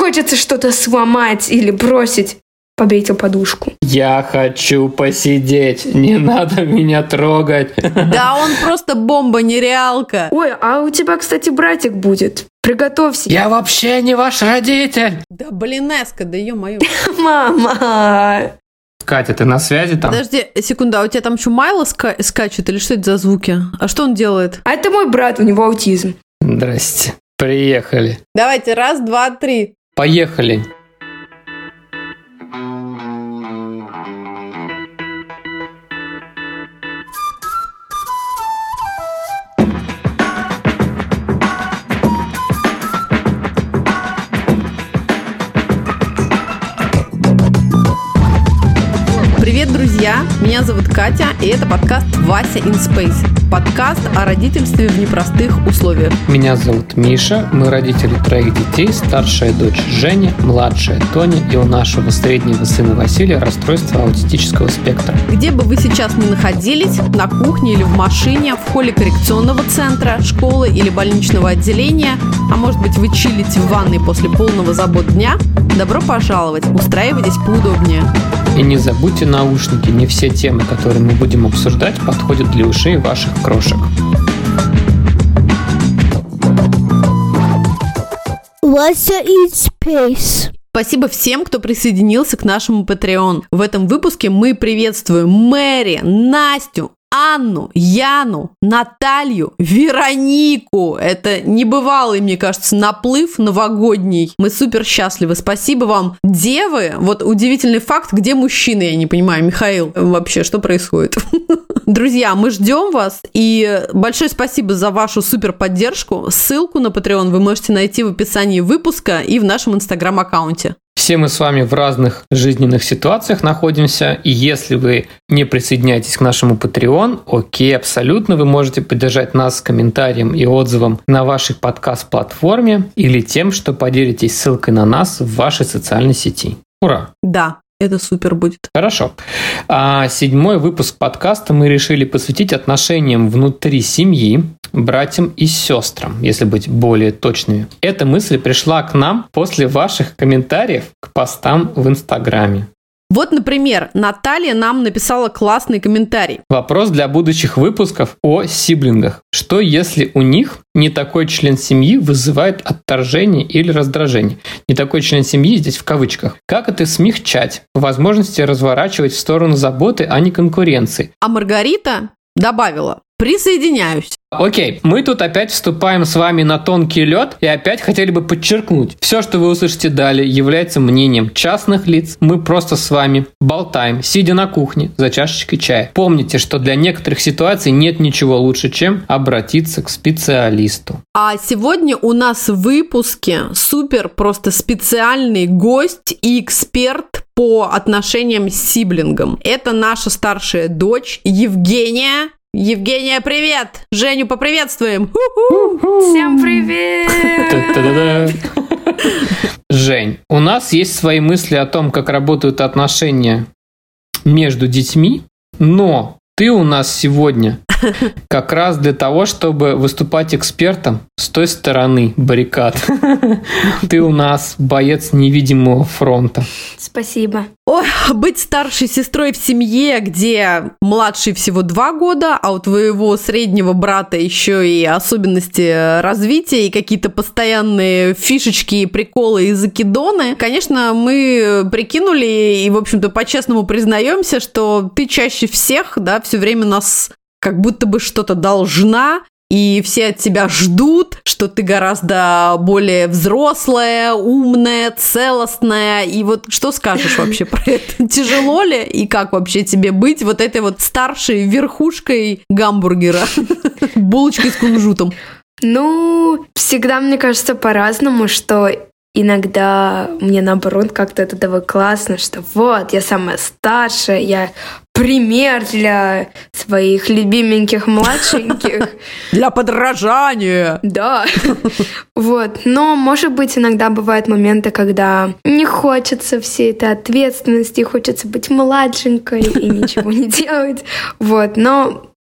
хочется что-то сломать или бросить. Побейте подушку. Я хочу посидеть, не надо меня трогать. Да он просто бомба-нереалка. Ой, а у тебя, кстати, братик будет. Приготовься. Я вообще не ваш родитель. Да блин, Эска, да ё-моё. Мама. Катя, ты на связи там? Подожди, секунду, а у тебя там что, Майло скачет или что это за звуки? А что он делает? А это мой брат, у него аутизм. Здрасте. Приехали. Давайте, 1, 2, 3. Поехали. Привет, друзья! Меня зовут Катя, и это подкаст «Вася in Space». Подкаст о родительстве в непростых условиях. Меня зовут Миша, мы родители 3 детей, старшая дочь Женя, младшая Тоня, и у нашего среднего сына Василия расстройство аутистического спектра. Где бы вы сейчас ни находились, на кухне или в машине, в холле коррекционного центра, школы или больничного отделения, а может быть вы чилите в ванной после полного забот дня, добро пожаловать, устраивайтесь поудобнее. И не забудьте наушники, не все темы, которые мы будем обсуждать, подходят для ушей ваших крошек. Вася in Space. Спасибо всем, кто присоединился к нашему Patreon. В этом выпуске мы приветствуем Мэри, Настю, Анну, Яну, Наталью, Веронику. Это небывалый, мне кажется, наплыв новогодний. Мы супер счастливы. Спасибо вам, девы. Вот удивительный факт, где мужчины, я не понимаю. Михаил, вообще, что происходит? Друзья, мы ждем вас. И большое спасибо за вашу супер поддержку. Ссылку на Patreon вы можете найти в описании выпуска и в нашем инстаграм-аккаунте. Все мы с вами в разных жизненных ситуациях находимся, и если вы не присоединяетесь к нашему Patreon, окей, абсолютно, вы можете поддержать нас комментарием и отзывом на вашей подкаст-платформе или тем, что поделитесь ссылкой на нас в вашей социальной сети. Ура! Да. Это супер будет. Хорошо. 7-й выпуск подкаста мы решили посвятить отношениям внутри семьи, братьям и сестрам, если быть более точными. Эта мысль пришла к нам после ваших комментариев к постам в Инстаграме. Вот, например, Наталья нам написала классный комментарий. Вопрос для будущих выпусков о сиблингах. Что если у них не такой член семьи вызывает отторжение или раздражение? Не такой член семьи здесь в кавычках. Как это смягчать? По возможности разворачивать в сторону заботы, а не конкуренции. А Маргарита добавила: присоединяюсь. Окей, мы тут опять вступаем с вами на тонкий лед и опять хотели бы подчеркнуть. Все, что вы услышите далее, является мнением частных лиц. Мы просто с вами болтаем, сидя на кухне за чашечкой чая. Помните, что для некоторых ситуаций нет ничего лучше, чем обратиться к специалисту. А сегодня у нас в выпуске супер просто специальный гость и эксперт по отношениям с сиблингом. Это наша старшая дочь Евгения. Евгения, привет! Женю поприветствуем! Всем привет! Жень, у нас есть свои мысли о том, как работают отношения между детьми, но ты у нас сегодня как раз для того, чтобы выступать экспертом с той стороны баррикад. Ты у нас боец невидимого фронта. Спасибо. Ой, быть старшей сестрой в семье, где младший всего 2 года, а у твоего среднего брата еще и особенности развития, и какие-то постоянные фишечки, приколы и закидоны. Конечно, мы прикинули и, в общем-то, по-честному признаемся, что ты чаще всех, да, все время нас как будто бы что-то должна, и все от тебя ждут, что ты гораздо более взрослая, умная, целостная. И вот что скажешь вообще про это? Тяжело ли? И как вообще тебе быть вот этой вот старшей верхушкой гамбургера? Булочкой с кунжутом. Ну, всегда, мне кажется, по-разному, что иногда мне, наоборот, как-то от этого классно, что вот, я самая старшая, я пример для своих любименьких младшеньких. Для подражания. Да. Вот. Но, может быть, иногда бывают моменты, когда не хочется всей этой ответственности, хочется быть младшенькой и ничего не делать. Вот. Но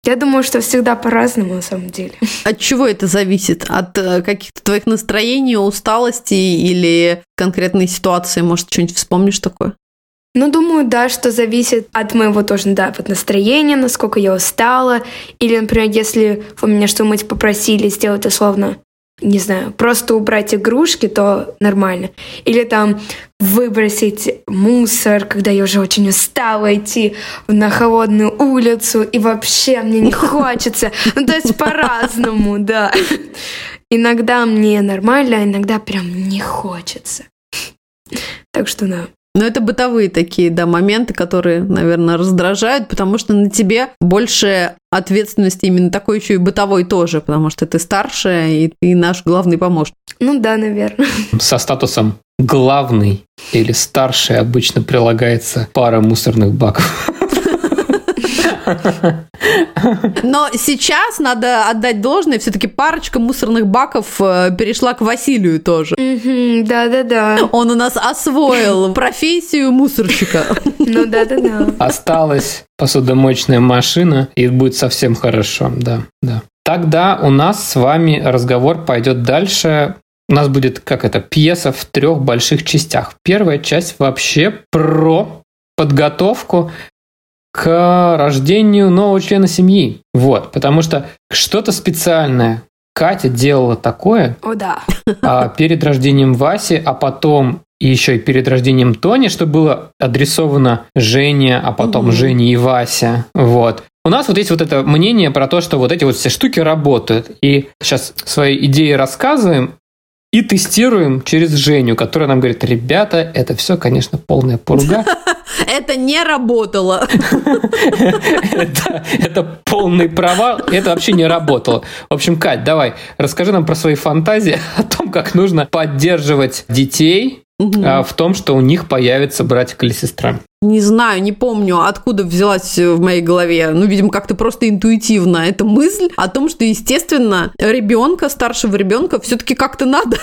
Я думаю, что всегда по-разному на самом деле. От чего это зависит? От каких-то твоих настроений, усталости или конкретной ситуации? Может, что-нибудь вспомнишь такое? Ну, думаю, да, что зависит от моего тоже, да, вот настроения, насколько я устала. Или, например, если вы меня что-нибудь попросили сделать условно, не знаю, просто убрать игрушки, то нормально. Или там выбросить мусор, когда я уже очень устала идти на холодную улицу, и вообще мне не хочется. Ну, то есть по-разному, да. Иногда мне нормально, а иногда прям не хочется. Так что да. Но это бытовые такие, да, моменты, которые, наверное, раздражают, потому что на тебе больше ответственности именно такой еще и бытовой тоже, потому что ты старшая, и ты наш главный помощник. Ну да, наверное. Со статусом «главный» или «старший» обычно прилагается пара мусорных баков. Но сейчас надо отдать должное, все-таки парочка мусорных баков перешла к Василию тоже. Да-да-да. Он у нас освоил профессию мусорщика. Ну да-да-да. Осталась посудомоечная машина, и будет совсем хорошо, да. Тогда у нас с вами разговор пойдет дальше. У нас будет, пьеса в 3 больших частях. Первая часть вообще про подготовку к рождению нового члена семьи. Вот, потому что что-то специальное Катя делала такое перед рождением Васи, а потом еще и перед рождением Тони, что было адресовано Жене, а потом Жене и Вася. Вот. У нас вот есть вот это мнение про то, что вот эти вот все штуки работают. И сейчас свои идеи рассказываем и тестируем через Женю, которая нам говорит: ребята, это все, конечно, полная пурга. Это не работало. Это полный провал, это вообще не работало. В общем, Кать, давай, расскажи нам про свои фантазии о том, как нужно поддерживать детей в том, что у них появится братик или сестра. Не знаю, не помню, откуда взялась в моей голове. Ну, видимо, как-то просто интуитивно эта мысль о том, что, естественно, старшего ребенка все-таки как-то надо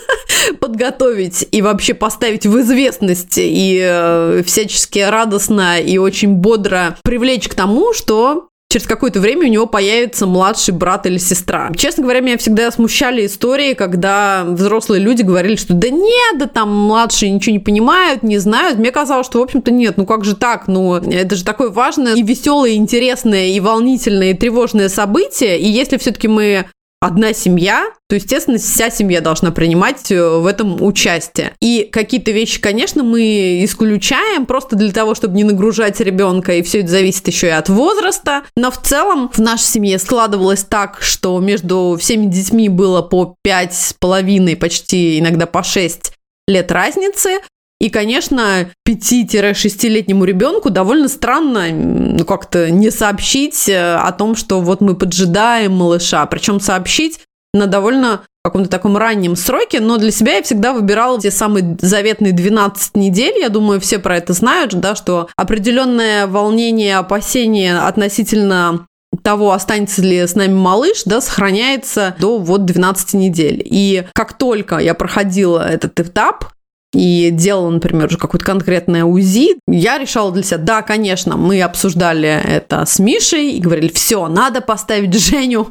подготовить и вообще поставить в известность и всячески радостно и очень бодро привлечь к тому, что через какое-то время у него появится младший брат или сестра. Честно говоря, меня всегда смущали истории, когда взрослые люди говорили, что да нет, да там младшие ничего не понимают, не знают. Мне казалось, что, в общем-то, нет, ну как же так? Ну, это же такое важное и веселое, и интересное, и волнительное, и тревожное событие. И если все-таки мы одна семья, то, естественно, вся семья должна принимать в этом участие. И какие-то вещи, конечно, мы исключаем просто для того, чтобы не нагружать ребенка, и все это зависит еще и от возраста. Но в целом в нашей семье складывалось так, что между всеми детьми было по 5,5, почти иногда по 6 лет разницы. И, конечно, 5-6-летнему ребенку довольно странно как-то не сообщить о том, что вот мы поджидаем малыша. Причем сообщить на довольно каком-то таком раннем сроке, но для себя я всегда выбирала те самые заветные 12 недель. Я думаю, все про это знают, да, что определенное волнение, опасение относительно того, останется ли с нами малыш, да, сохраняется до 12 недель. И как только я проходила этот этап, и делала, например, уже какое-то конкретное УЗИ, я решала для себя, да, конечно, мы обсуждали это с Мишей и говорили, все, надо поставить Женю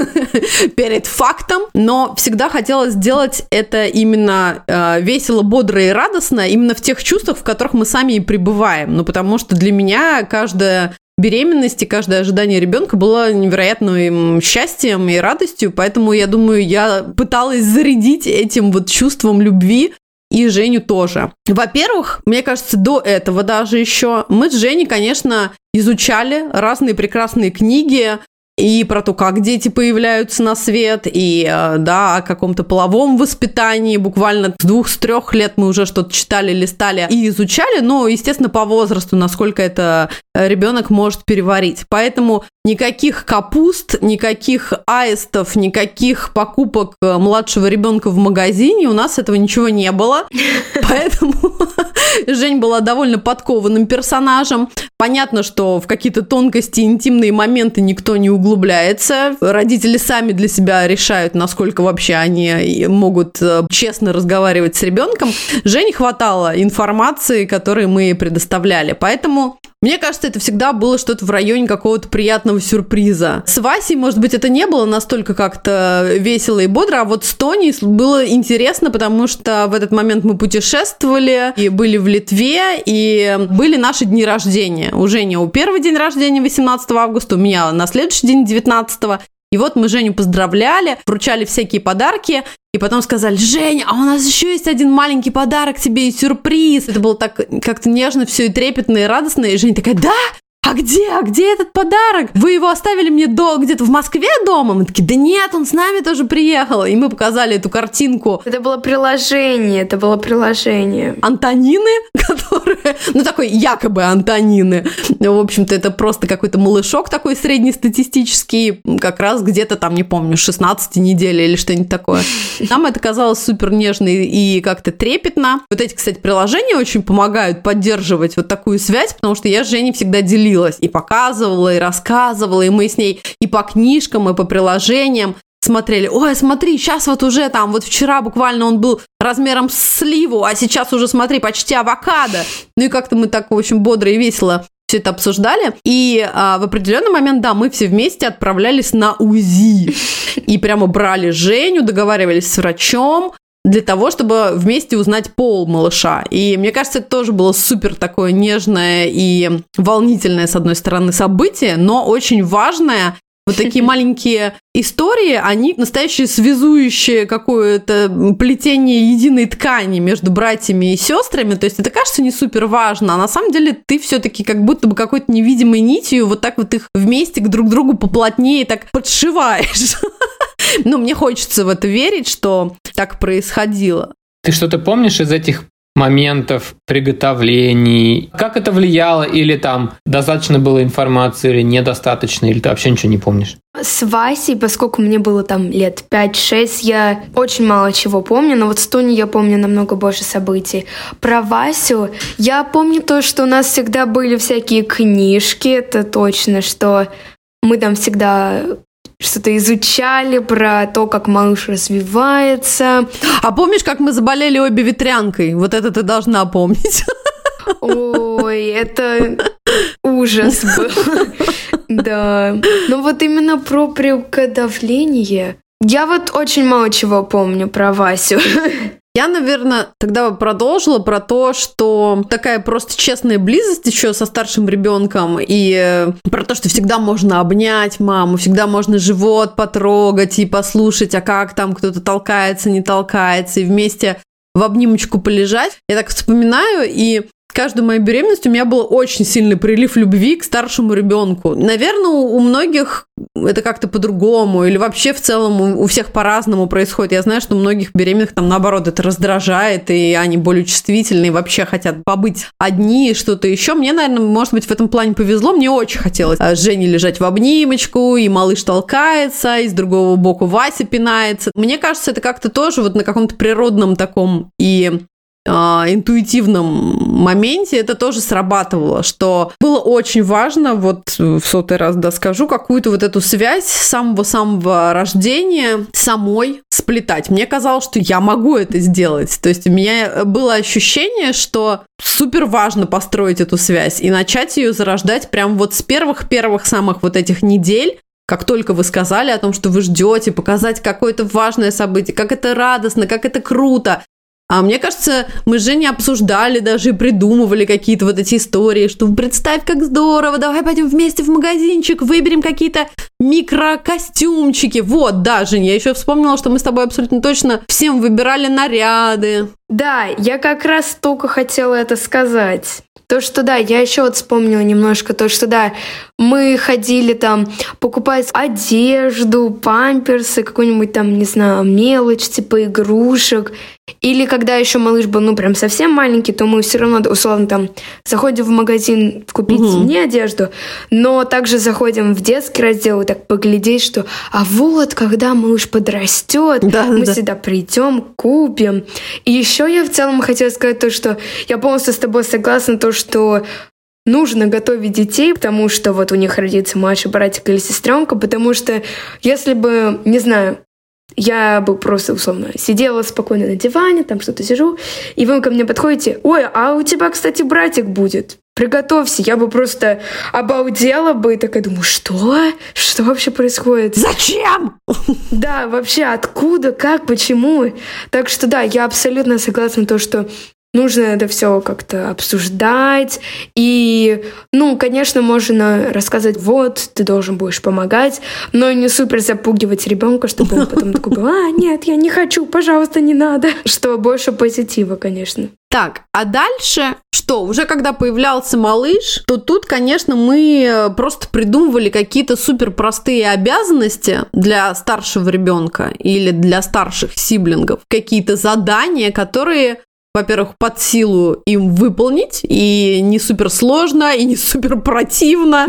перед фактом, но всегда хотелось сделать это именно весело, бодро и радостно, именно в тех чувствах, в которых мы сами и пребываем, ну, потому что для меня каждая беременность и каждое ожидание ребенка было невероятным счастьем и радостью, поэтому, я думаю, я пыталась зарядить этим вот чувством любви и Женю тоже. Во-первых, мне кажется, до этого даже еще мы с Женей, конечно, изучали разные прекрасные книги и про то, как дети появляются на свет, и да, о каком-то половом воспитании. Буквально с 2-3 лет мы уже что-то читали, листали и изучали, но, естественно, по возрасту, насколько это ребенок может переварить. Поэтому никаких капуст, никаких аистов, никаких покупок младшего ребенка в магазине, у нас этого ничего не было. Поэтому Жень была довольно подкованным персонажем. Понятно, что в какие-то тонкости, интимные моменты никто не углубляется. Родители сами для себя решают, насколько вообще они могут честно разговаривать с ребенком. Жене хватало информации, которую мы ей предоставляли. Поэтому мне кажется, это всегда было что-то в районе какого-то приятного приятного сюрприза. С Васей, может быть, это не было настолько как-то весело и бодро, а вот с Тоней было интересно, потому что в этот момент мы путешествовали и были в Литве, и были наши дни рождения. У Жени у первый день рождения 18 августа, у меня на следующий день 19-го. И вот мы Женю поздравляли, вручали всякие подарки, и потом сказали: Жень, а у нас еще есть один маленький подарок тебе и сюрприз. Это было так как-то нежно все и трепетно, и радостно. И Женя такая: да? А где этот подарок? Вы его оставили мне где-то в Москве дома? Мы такие: да нет, он с нами тоже приехал. И мы показали эту картинку. Это было приложение. Антонины, которые... Ну, такой якобы Антонины. В общем-то, это просто какой-то малышок такой среднестатистический, как раз где-то там, не помню, 16 недель или что-нибудь такое. Нам это казалось супер нежно и как-то трепетно. Вот эти, кстати, приложения очень помогают поддерживать вот такую связь, потому что я с Женей всегда делилась и показывала, и рассказывала, и мы с ней и по книжкам, и по приложениям смотрели: ой, смотри, сейчас вот уже там, вот вчера буквально он был размером с сливу, а сейчас уже, смотри, почти авокадо. Ну и как-то мы так, в общем, бодро и весело все это обсуждали. И в определенный момент, да, мы все вместе отправлялись на УЗИ. И прямо брали Женю, договаривались с врачом для того, чтобы вместе узнать пол малыша. И мне кажется, это тоже было супер такое нежное и волнительное, с одной стороны, событие, но очень важное. Вот такие маленькие истории, они настоящие связующие какое-то плетение единой ткани между братьями и сестрами. То есть это кажется не супер важно, а на самом деле ты все-таки как будто бы какой-то невидимой нитью вот так вот их вместе к друг другу поплотнее так подшиваешь. Ну, мне хочется в это верить, что так происходило. Ты что-то помнишь из этих моментов приготовлений? Как это влияло? Или там достаточно было информации, или недостаточно, или ты вообще ничего не помнишь? С Васей, поскольку мне было там лет 5-6, я очень мало чего помню, но вот с Тоней я помню намного больше событий. Про Васю я помню то, что у нас всегда были всякие книжки, это точно, что мы там всегда что-то изучали про то, как малыш развивается. А помнишь, как мы заболели обе ветрянкой? Вот это ты должна помнить. Ой, это ужас был. Да. Но вот именно про приготовление я вот очень мало чего помню про Васю. Я, наверное, тогда бы продолжила про то, что такая просто честная близость еще со старшим ребенком, и про то, что всегда можно обнять маму, всегда можно живот потрогать и послушать, а как там кто-то толкается, не толкается, и вместе в обнимочку полежать. Я так вспоминаю, и каждую мою беременность у меня был очень сильный прилив любви к старшему ребенку. Наверное, у многих это как-то по-другому, или вообще в целом у всех по-разному происходит. Я знаю, что у многих беременных там наоборот это раздражает, и они более чувствительные, вообще хотят побыть одни и что-то еще. Мне, наверное, может быть, в этом плане повезло. Мне очень хотелось с Женей лежать в обнимочку, и малыш толкается, и с другого боку Вася пинается. Мне кажется, это как-то тоже вот на каком-то природном таком и интуитивном моменте это тоже срабатывало, что было очень важно, вот в 100-й раз скажу, какую-то вот эту связь с самого рождения самой сплетать. Мне казалось, что я могу это сделать. То есть у меня было ощущение, что супер важно построить эту связь и начать ее зарождать прям вот с первых самых вот этих недель. Как только вы сказали о том, что вы ждете, показать какое-то важное событие, как это радостно, как это круто. А мне кажется, мы с Женей обсуждали даже и придумывали какие-то вот эти истории, что представь, как здорово, давай пойдем вместе в магазинчик, выберем какие-то микрокостюмчики. Вот, да, Жень, я еще вспомнила, что мы с тобой абсолютно точно всем выбирали наряды. Да, я как раз только хотела это сказать. То, что да, я еще вот вспомнила немножко, то, что да, мы ходили там покупать одежду, памперсы, какую-нибудь там, не знаю, мелочь, типа игрушек. Или когда еще малыш был, ну, прям совсем маленький, то мы все равно, условно, там, заходим в магазин купить не одежду, но также заходим в детский раздел и так поглядеть, что, а вот, когда малыш подрастет, мы сюда придем, купим. И еще я в целом хотела сказать то, что я полностью с тобой согласна, то, что нужно готовить детей, потому что вот у них родится младший братик или сестренка, потому что если бы, не знаю, я бы просто, условно, сидела спокойно на диване, там что-то сижу, и вы ко мне подходите: ой, а у тебя, кстати, братик будет. приготовься. Я бы просто обалдела бы и такая думаю, что? Что вообще происходит? Зачем? Да, вообще откуда, как, почему? Так что да, я абсолютно согласна то, что нужно это все как-то обсуждать. И, конечно, можно рассказать, вот, ты должен будешь помогать, но не супер запугивать ребенка, чтобы он потом такой был, нет, я не хочу, пожалуйста, не надо. Что больше позитива, конечно. Так, а дальше что? Уже когда появлялся малыш, то тут, конечно, мы просто придумывали какие-то супер простые обязанности для старшего ребенка или для старших сиблингов, какие-то задания, которые, во-первых, под силу им выполнить, и не супер сложно, и не супер противно,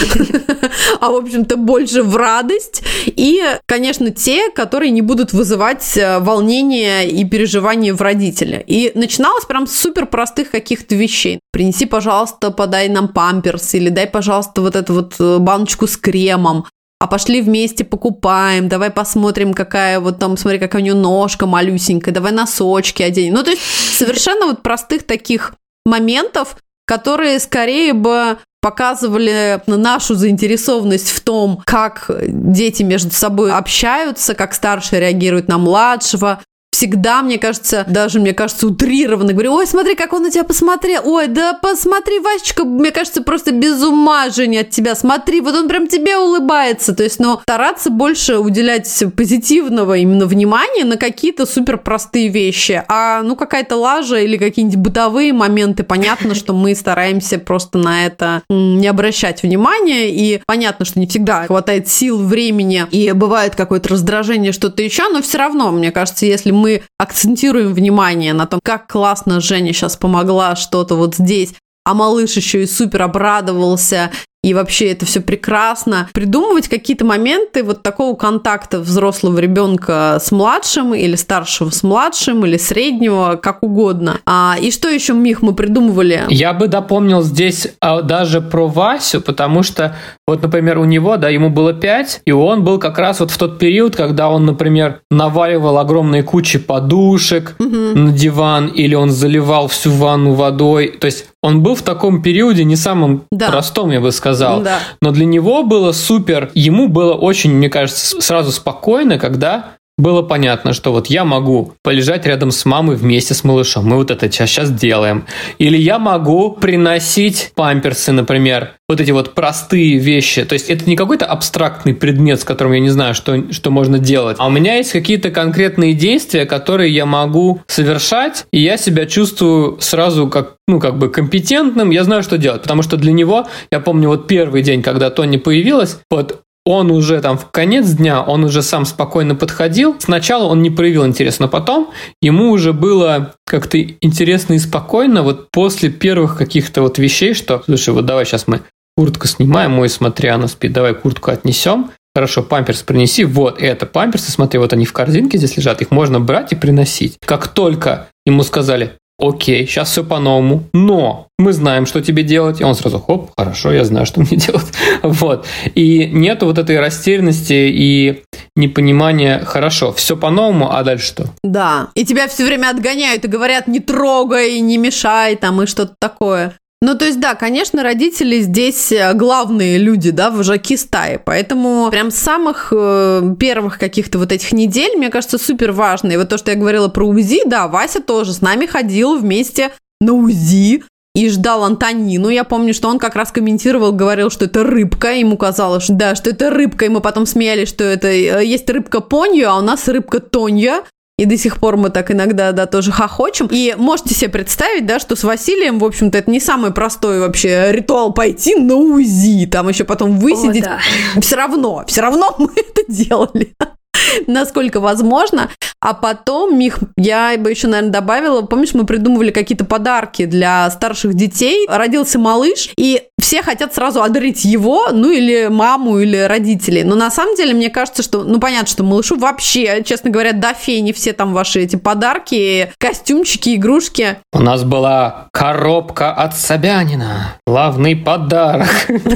а, в общем-то, больше в радость. И, конечно, те, которые не будут вызывать волнения и переживания в родителя. И начиналось прям с супер простых каких-то вещей. Принеси, пожалуйста, подай нам памперс, или дай, пожалуйста, вот эту вот баночку с кремом. А пошли вместе покупаем, давай посмотрим, какая вот там, смотри, какая у нее ножка малюсенькая, давай носочки оденем. Ну, то есть совершенно вот простых таких моментов, которые скорее бы показывали нашу заинтересованность в том, как дети между собой общаются, как старший реагирует на младшего. Всегда, мне кажется, утрированно говорю, ой, смотри, как он на тебя посмотрел, ой, да посмотри, Васечка, мне кажется, просто без ума, Женя, от тебя, смотри, вот он прям тебе улыбается, то есть, стараться больше уделять позитивного именно внимания на какие-то супер простые вещи, а, какая-то лажа или какие-нибудь бытовые моменты, понятно, что мы стараемся просто на это не обращать внимания, и понятно, что не всегда хватает сил, времени, и бывает какое-то раздражение, что-то еще, но все равно, мне кажется, если мы акцентируем внимание на том, как классно Женя сейчас помогла что-то вот здесь, а малыш еще и супер обрадовался, и вообще это все прекрасно. Придумывать какие-то моменты вот такого контакта взрослого ребенка с младшим, или старшего с младшим, или среднего, как угодно. И что еще, Мих, мы придумывали? Я бы дополнил здесь даже про Васю, потому что, вот, например, у него, ему было 5, и он был как раз вот в тот период, когда он, например, наваливал огромные кучи подушек на диван, или он заливал всю ванну водой. То есть он был в таком периоде не самым простом, я бы сказал. Да. Но для него было супер, ему было очень, мне кажется, сразу спокойно, когда было понятно, что вот я могу полежать рядом с мамой вместе с малышом, мы вот это сейчас делаем. Или я могу приносить памперсы, например, вот эти вот простые вещи. То есть это не какой-то абстрактный предмет, с которым я не знаю, что можно делать, а у меня есть какие-то конкретные действия, которые я могу совершать, и я себя чувствую сразу как бы компетентным, я знаю, что делать. Потому что для него, я помню, вот первый день, когда Тони появилась, вот он уже там в конец дня, он уже сам спокойно подходил. Сначала он не проявил интерес, но потом ему уже было как-то интересно и спокойно вот после первых каких-то вот вещей, что, слушай, вот давай сейчас мы куртку снимаем, ой, смотри, она спит, давай куртку отнесем. Хорошо, памперс принеси, вот это памперсы, смотри, вот они в корзинке здесь лежат, их можно брать и приносить. Как только ему сказали, окей, сейчас все по-новому, но мы знаем, что тебе делать. И он сразу, хоп, хорошо, я знаю, что мне делать. Вот. И нету вот этой растерянности и непонимания, хорошо, все по-новому, а дальше что? Да, и тебя все время отгоняют и говорят, не трогай, не мешай, там, и что-то такое. То есть, да, конечно, родители здесь главные люди, вожаки стаи, поэтому прям с самых первых каких-то вот этих недель, мне кажется, супер важно. И вот то, что я говорила про УЗИ, да, Вася тоже с нами ходил вместе на УЗИ и ждал Антонину. Я помню, что он как раз комментировал, говорил, что это рыбка, ему казалось, что это рыбка, и мы потом смеялись, что это есть рыбка Понья, а у нас рыбка Тонья. И до сих пор мы так иногда, тоже хохочем. И можете себе представить, что с Василием, в общем-то, это не самый простой вообще ритуал пойти на УЗИ, там еще потом высидеть. О, да. Все равно мы это делали, насколько возможно. А потом, Мих, я бы еще, наверное, добавила, помнишь, мы придумывали какие-то подарки для старших детей. Родился малыш, и все хотят сразу одарить его, или маму, или родителей. Но на самом деле, мне кажется, что, понятно, что малышу вообще, честно говоря, до фени все там ваши эти подарки, костюмчики, игрушки. У нас была коробка от Собянина. Главный подарок.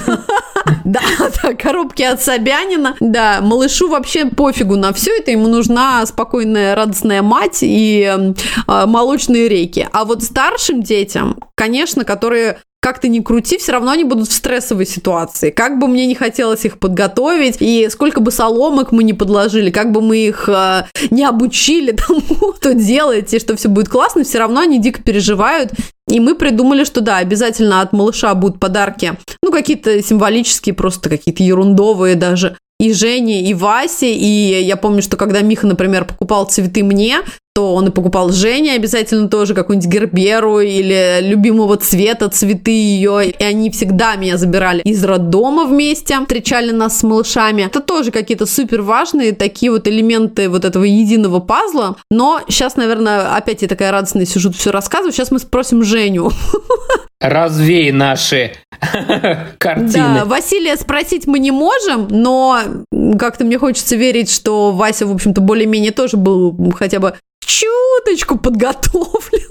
Да, коробки от Собянина. Да, малышу вообще пофигу на все это, ему нужна спокойная, радостная мать и молочные реки. А вот старшим детям, конечно, которые как ты ни крути, все равно они будут в стрессовой ситуации. Как бы мне не хотелось их подготовить, и сколько бы соломок мы не подложили, как бы мы их не обучили тому, что делаете, что все будет классно, все равно они дико переживают. И мы придумали, что да, обязательно от малыша будут подарки, ну, какие-то символические, просто какие-то ерундовые даже. И Жене, и Васе, и я помню, что когда Миха, например, покупал цветы мне, то он и покупал Жене обязательно тоже какую-нибудь герберу или любимого цвета цветы ее, и они всегда меня забирали из роддома вместе, встречали нас с малышами. Это тоже какие-то супер важные такие вот элементы вот этого единого пазла, но сейчас, наверное, опять я такая радостная сижу, все рассказываю, сейчас мы спросим Женю. Развей наши картины. Да, Василия спросить мы не можем, но как-то мне хочется верить, что Вася, в общем-то, более-менее тоже был хотя бы чуточку подготовлен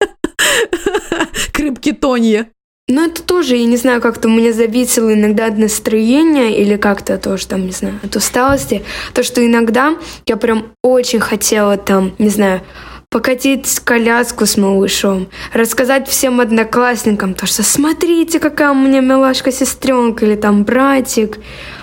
к рыбке Тонье. Ну, это тоже, я не знаю, как-то у меня зависело иногда от настроения или как-то тоже, там, не знаю, от усталости. То, что иногда я прям очень хотела там, не знаю, покатить коляску с малышом, рассказать всем одноклассникам, то, что смотрите, какая у меня милашка-сестренка или там братик.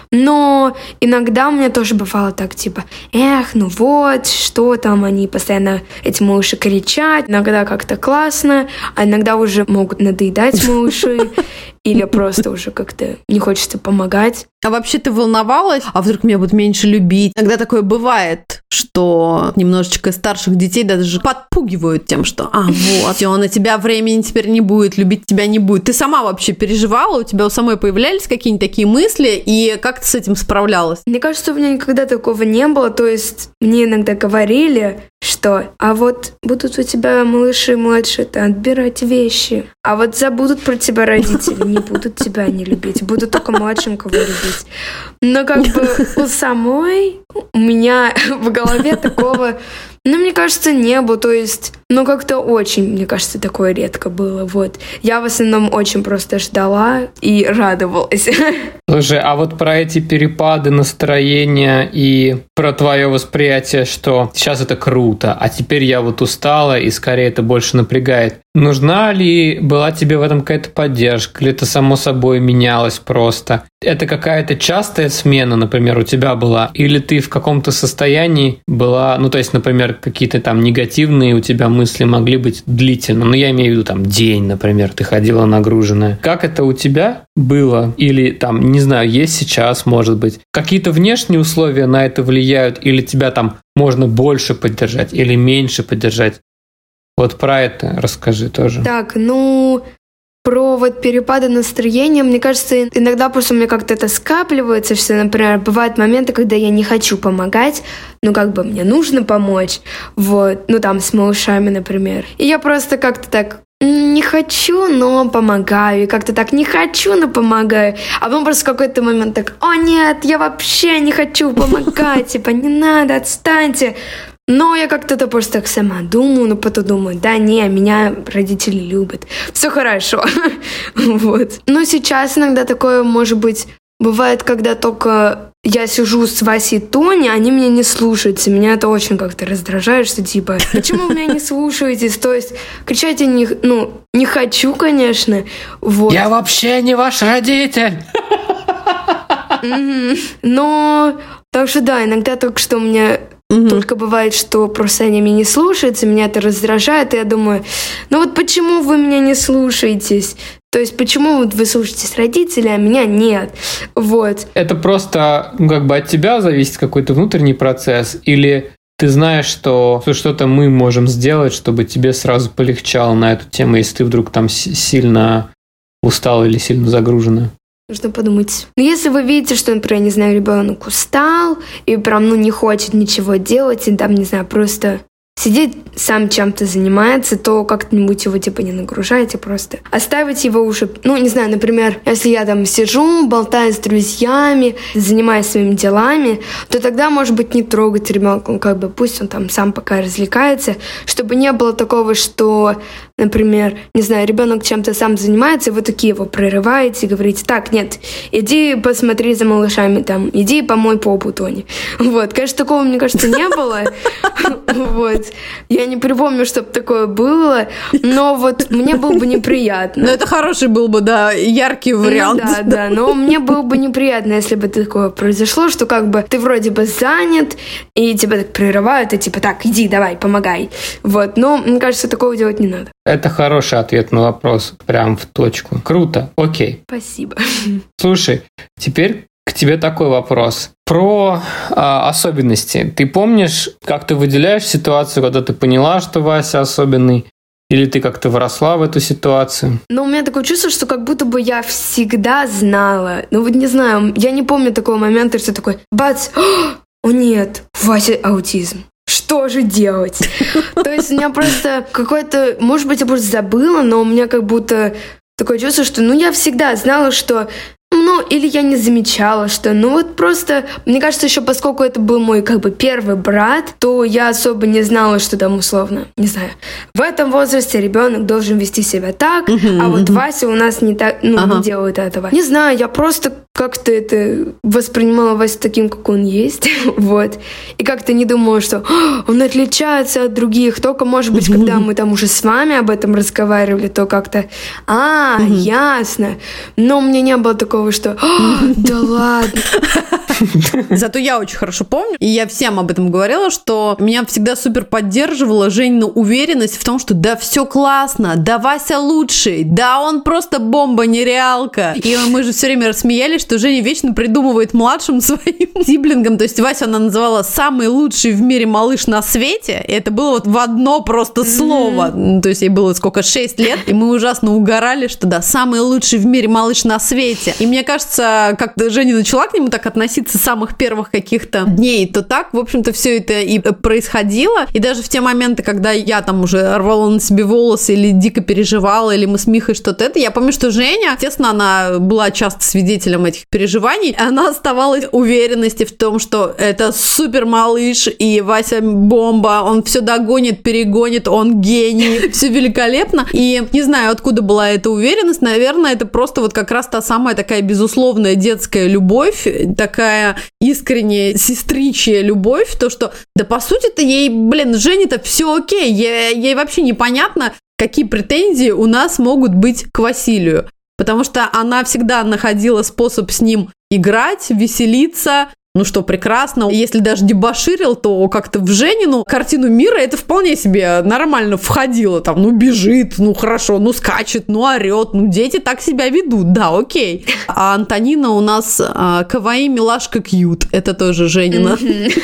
Но иногда у меня тоже бывало так, типа, ну вот, что там, они постоянно, эти малыши кричат, иногда как-то классно, а иногда уже могут надоедать малыши, или просто уже как-то не хочется помогать. А вообще ты волновалась? А вдруг меня будут меньше любить? Иногда такое бывает, что немножечко старших детей даже подпугивают тем, что вот, всё, на тебя времени теперь не будет, любить тебя не будет. Ты сама вообще переживала? У тебя у самой появлялись какие-нибудь такие мысли? И как ты с этим справлялась? Мне кажется, у меня никогда такого не было. То есть мне иногда говорили, что вот будут у тебя малыши младшие-то отбирать вещи, а вот забудут про тебя родители, не будут тебя не любить, будут только младшим кого любить. Но как бы у самой, у меня в голове такого, мне кажется, не было. То есть, как-то очень, мне кажется, такое редко было. Вот. Я в основном очень просто ждала и радовалась. Слушай, а вот про эти перепады настроения и про твое восприятие, что сейчас это круто, а теперь я вот устала и скорее это больше напрягает. Нужна ли была тебе в этом какая-то поддержка, или это само собой менялось просто? Это какая-то частая смена, например, у тебя была? Или ты в каком-то состоянии была, то есть, например, какие-то там негативные у тебя мысли могли быть длительно, я имею в виду там день, например, ты ходила нагруженная. Как это у тебя было? Или там, не знаю, есть сейчас, может быть, какие-то внешние условия на это влияют, или тебя там можно больше поддержать или меньше поддержать? Вот про это расскажи тоже. Так, про вот перепады настроения, мне кажется, иногда просто у меня как-то это скапливается, что, например, бывают моменты, когда я не хочу помогать, мне нужно помочь, там с малышами, например. И я просто как-то так не хочу, но помогаю, и как-то так не хочу, но помогаю. А потом просто в какой-то момент так, нет, я вообще не хочу помогать, не надо, отстаньте. Но я как-то это просто так сама думаю, потом думаю, меня родители любят, все хорошо. Вот. Но сейчас иногда такое, может быть, бывает, когда только я сижу с Васей и Тони, они меня не слушаются. Меня это очень как-то раздражает, что типа, почему вы меня не слушаетесь? То есть кричать я не хочу, конечно. Вот. Я вообще не ваш родитель. Но так что иногда только что у меня только бывает, что просто они меня не слушаются, меня это раздражает, и я думаю, почему вы меня не слушаетесь? То есть, почему вы слушаетесь родителей, а меня нет? Вот. Это просто от тебя зависит какой-то внутренний процесс, или ты знаешь, что что-то мы можем сделать, чтобы тебе сразу полегчало на эту тему, если ты вдруг там сильно устала или сильно загружена? Нужно подумать. Если вы видите, что, например, не знаю, ребенок устал и прям, не хочет ничего делать, и там, не знаю, просто сидеть сам чем-то занимается, то как-нибудь его не нагружайте, просто оставить его уже, не знаю, например, если я там сижу, болтаю с друзьями, занимаюсь своими делами, то тогда, может быть, не трогать ребенка, пусть он там сам пока развлекается, чтобы не было такого, что, например, не знаю, ребенок чем-то сам занимается, и вы такие его прерываете и говорите, так, нет, иди посмотри за малышами, там, иди помой попу, Тони. Вот, конечно, такого, мне кажется, не было. Вот. Вот. Я не припомню, чтобы такое было, но вот мне было бы неприятно. Ну, это хороший был бы, да, яркий вариант. Ну, да, но мне было бы неприятно, если бы такое произошло, что как бы ты вроде бы занят, и тебя так прерывают, и типа, так, иди, давай, помогай. Вот, но мне кажется, такого делать не надо. Это хороший ответ на вопрос, прям в точку. Круто, окей. Спасибо. Слушай, теперь к тебе такой вопрос. Про особенности. Ты помнишь, как ты выделяешь ситуацию, когда ты поняла, что Вася особенный? Или ты как-то вросла в эту ситуацию? Но у меня такое чувство, что как будто бы я всегда знала. Ну вот не знаю, я не помню такого момента, что такой, бац, о нет, у Васи аутизм. Что же делать? То есть у меня просто какой-то, может быть, я просто забыла, но у меня как будто такое чувство, что, я всегда знала, что, или я не замечала, что, вот просто, мне кажется, еще поскольку это был мой, как бы, первый брат, то я особо не знала, что там, условно, не знаю, в этом возрасте ребенок должен вести себя так, а вот Вася у нас не так, не делает этого. Не знаю, я просто как-то это воспринимала Васю таким, как он есть, вот, и как-то не думала, что он отличается от других, только, может быть, когда мы там уже с вами об этом разговаривали, то как-то, ясно, но у меня не было такого, что да ладно. Зато я очень хорошо помню, и я всем об этом говорила, что меня всегда супер поддерживала Женина уверенность в том, что да все классно, да Вася лучший, да он просто бомба, нереалка. И мы же все время рассмеялись, что Женя вечно придумывает младшим своим сиблингам, то есть Вася она называла самый лучший в мире малыш на свете, и это было вот в одно просто слово, то есть ей было сколько, 6 лет, и мы ужасно угорали, что да, самый лучший в мире малыш на свете. И мне кажется, как Женя начала к нему так относиться с самых первых каких-то дней, то так, в общем-то, все это и происходило. И даже в те моменты, когда я там уже рвала на себе волосы или дико переживала, или мы с Михой что-то это, я помню, что Женя, естественно, она была часто свидетелем этих переживаний, она оставалась в уверенности в том, что это супер малыш, и Вася бомба, он все догонит, перегонит, он гений, все великолепно. И не знаю, откуда была эта уверенность, наверное, это просто вот как раз та самая такая безусловная детская любовь, такая искренняя сестричья любовь, то, что, да по сути-то ей, Жене-то все окей, ей вообще непонятно, какие претензии у нас могут быть к Василию, потому что она всегда находила способ с ним играть, веселиться. Ну что, прекрасно. Если даже дебоширил, то как-то в Женину картину мира это вполне себе нормально входило. Там, бежит, хорошо, скачет, орет. Дети так себя ведут, да, окей. А Антонина у нас каваи, милашка, кьют. Это тоже Женина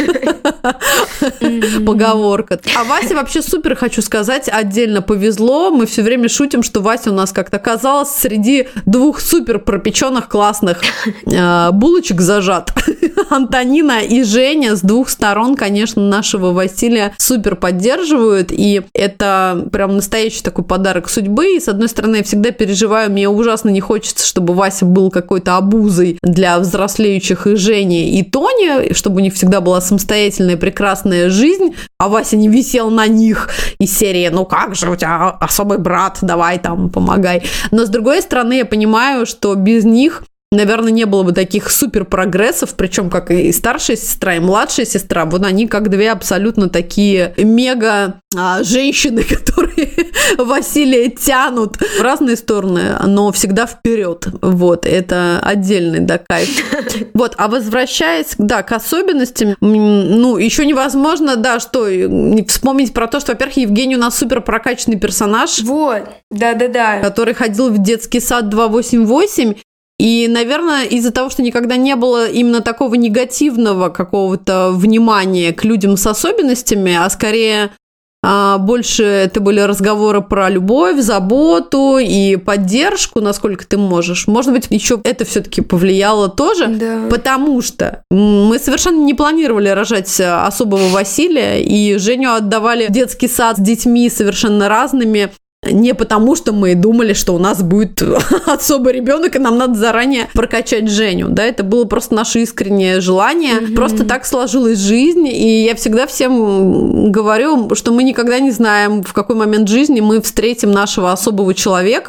поговорка. А Васе вообще супер, хочу сказать, отдельно повезло. Мы все время шутим, что Вася у нас как-то оказалась среди двух супер пропеченных классных булочек зажат. Антонина и Женя с двух сторон, конечно, нашего Василия супер поддерживают, и это прям настоящий такой подарок судьбы. И, с одной стороны, я всегда переживаю, мне ужасно не хочется, чтобы Вася был какой-то обузой для взрослеющих и Жени, и Тони, чтобы у них всегда была самостоятельная прекрасная жизнь, а Вася не висел на них из серии как же у тебя особый брат, давай там помогай. Но, с другой стороны, я понимаю, что без них наверное, не было бы таких супер прогрессов, причем как и старшая сестра, и младшая сестра, вот они как две абсолютно такие мега женщины, которые Василия тянут в разные стороны, но всегда вперед. Вот, это отдельный, да, кайф. Вот, а возвращаясь, да, к особенностям, еще невозможно, да, что, вспомнить про то, что, во-первых, Евгений у нас супер прокачанный персонаж. Вот, да-да-да. Который ходил в детский сад 288, и, наверное, из-за того, что никогда не было именно такого негативного какого-то внимания к людям с особенностями, а скорее больше это были разговоры про любовь, заботу и поддержку, насколько ты можешь. Может быть, еще это все-таки повлияло тоже, да. Потому что мы совершенно не планировали рожать особого Василия, и Женю отдавали в детский сад с детьми совершенно разными. Не потому, что мы думали, что у нас будет особый ребенок, и нам надо заранее прокачать Женю. Да, это было просто наше искреннее желание. Просто так сложилась жизнь. И я всегда всем говорю, что мы никогда не знаем, в какой момент жизни мы встретим нашего особого человека.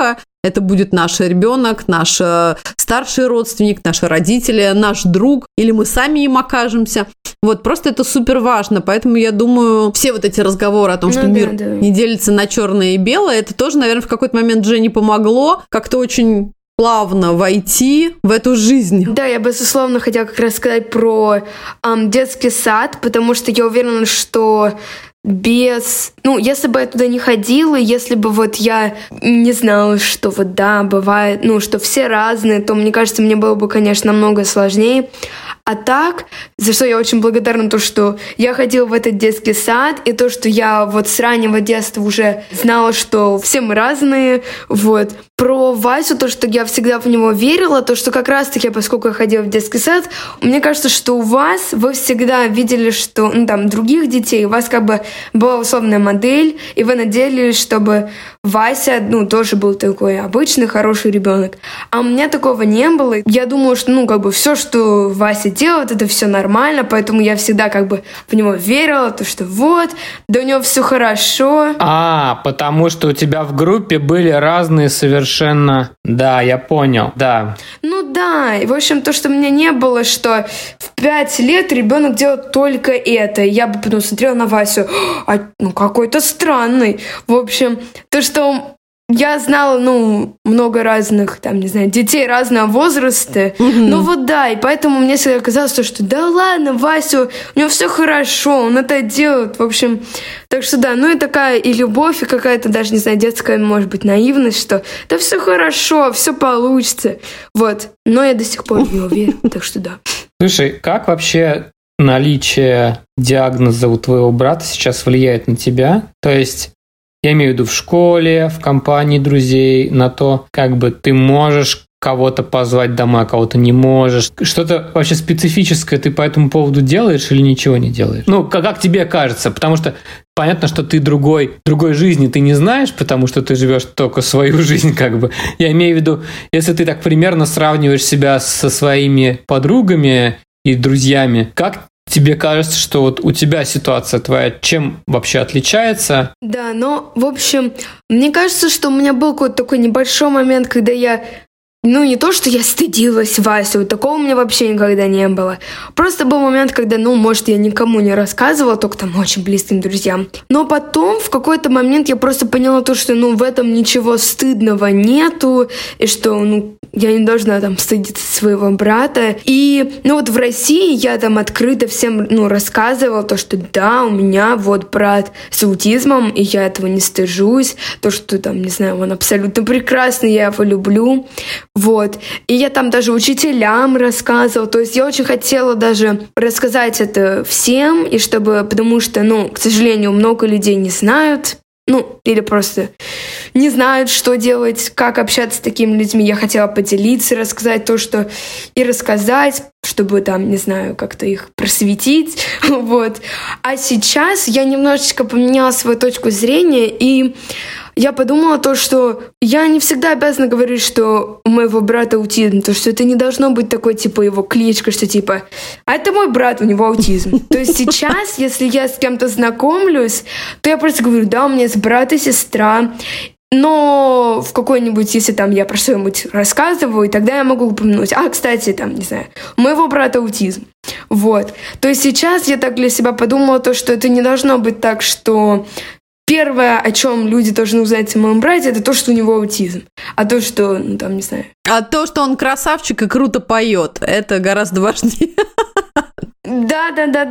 это будет наш ребенок, наш старший родственник, наши родители, наш друг, или мы сами им окажемся. Вот, просто это супер важно, поэтому я думаю, все вот эти разговоры о том, что мир не делится на черное и белое, это тоже, наверное, в какой-то момент Жене помогло как-то очень плавно войти в эту жизнь. Да, я, безусловно, хотела как раз сказать про детский сад, потому что я уверена, что если бы я туда не ходила, если бы вот я не знала, что вот да, бывает, что все разные, то, мне кажется, мне было бы, конечно, намного сложнее. А так, за что я очень благодарна, то, что я ходила в этот детский сад, и то, что я вот с раннего детства уже знала, что все мы разные, вот. Про Васю, то, что я всегда в него верила, то, что как раз-таки, поскольку я ходила в детский сад, мне кажется, что у вас, вы всегда видели, что, других детей, у вас как бы была условная модель, и вы надеялись, чтобы Вася, тоже был такой обычный, хороший ребенок. А у меня такого не было. Я думала, что, все, что Вася делает, это все нормально, поэтому я всегда как бы в него верила, то, что вот, да у него все хорошо. Потому что у тебя в группе были разные совершенно... Да, я понял, да. Да, и в общем, то, что у меня не было, что в 5 лет ребенок делает только это. И я бы потом смотрела на Васю, какой-то странный. В общем, то, что я знала, много разных, детей разного возраста. И поэтому мне всегда казалось, что да ладно, Васю, у него все хорошо, он это делает. В общем, так что да, и такая и любовь, и какая-то даже, не знаю, детская, может быть, наивность, что да все хорошо, все получится. Вот. Но я до сих пор в него верю, так что да. Слушай, как вообще наличие диагноза у твоего брата сейчас влияет на тебя? То есть... Я имею в виду в школе, в компании друзей, на то, как бы ты можешь кого-то позвать домой, а кого-то не можешь. Что-то вообще специфическое ты по этому поводу делаешь или ничего не делаешь? Как тебе кажется? Потому что понятно, что ты другой жизни ты не знаешь, потому что ты живешь только свою жизнь, как бы. Я имею в виду, если ты так примерно сравниваешь себя со своими подругами и друзьями, как тебе кажется, что вот у тебя ситуация твоя чем вообще отличается? Да, в общем, мне кажется, что у меня был какой-то такой небольшой момент, когда я не то, что я стыдилась Васю, такого у меня вообще никогда не было. Просто был момент, когда, может, я никому не рассказывала, только очень близким друзьям. Но потом, в какой-то момент, я просто поняла то, что, в этом ничего стыдного нету, и что, я не должна стыдиться своего брата. И, в России я открыто всем, рассказывала то, что да, у меня брат с аутизмом, и я этого не стыжусь. То, что, не знаю, он абсолютно прекрасный, я его люблю. Вот. И я даже учителям рассказывала. То есть я очень хотела даже рассказать это всем, и потому что, к сожалению, много людей не знают, или просто не знают, что делать, как общаться с такими людьми. Я хотела поделиться, рассказать то, что... И рассказать, чтобы не знаю, как-то их просветить. Вот. А сейчас я немножечко поменяла свою точку зрения, и я подумала то, что я не всегда обязана говорить, что у моего брата аутизм, то, что это не должно быть такой, его кличка, что а это мой брат, у него аутизм. То есть сейчас, если я с кем-то знакомлюсь, то я просто говорю, да, у меня есть брат и сестра, но в какой-нибудь, если я про что-нибудь рассказываю, тогда я могу упомянуть, кстати, не знаю, у моего брата аутизм. Вот. То есть сейчас я так для себя подумала, то, что это не должно быть так, что первое, о чем люди должны узнать о моем брате, это то, что у него аутизм. А то, что, не знаю. А то, что он красавчик и круто поет, это гораздо важнее. Да.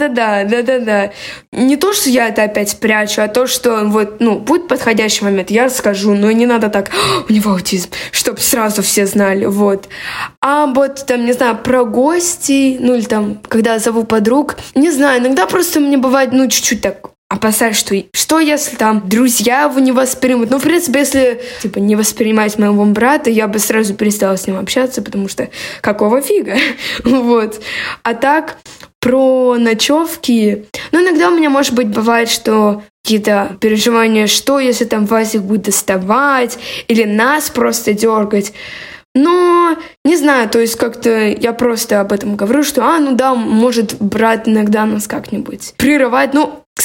Не то, что я это опять прячу, а то, что будет подходящий момент, я расскажу, но не надо так, у него аутизм, чтобы сразу все знали, вот. А не знаю, про гостей, или когда зову подруг, не знаю, иногда просто мне бывает, чуть-чуть так опасаюсь, что если друзья его не воспримут. В принципе, если, не воспринимать моего брата, я бы сразу перестала с ним общаться, потому что какого фига? Вот. А так, про ночевки. Иногда у меня, может быть, бывает, что какие-то переживания, что если Васик будет доставать, или нас просто дергать. Но, не знаю, то есть как-то я просто об этом говорю, что, может брат иногда нас как-нибудь прерывать. Кстати,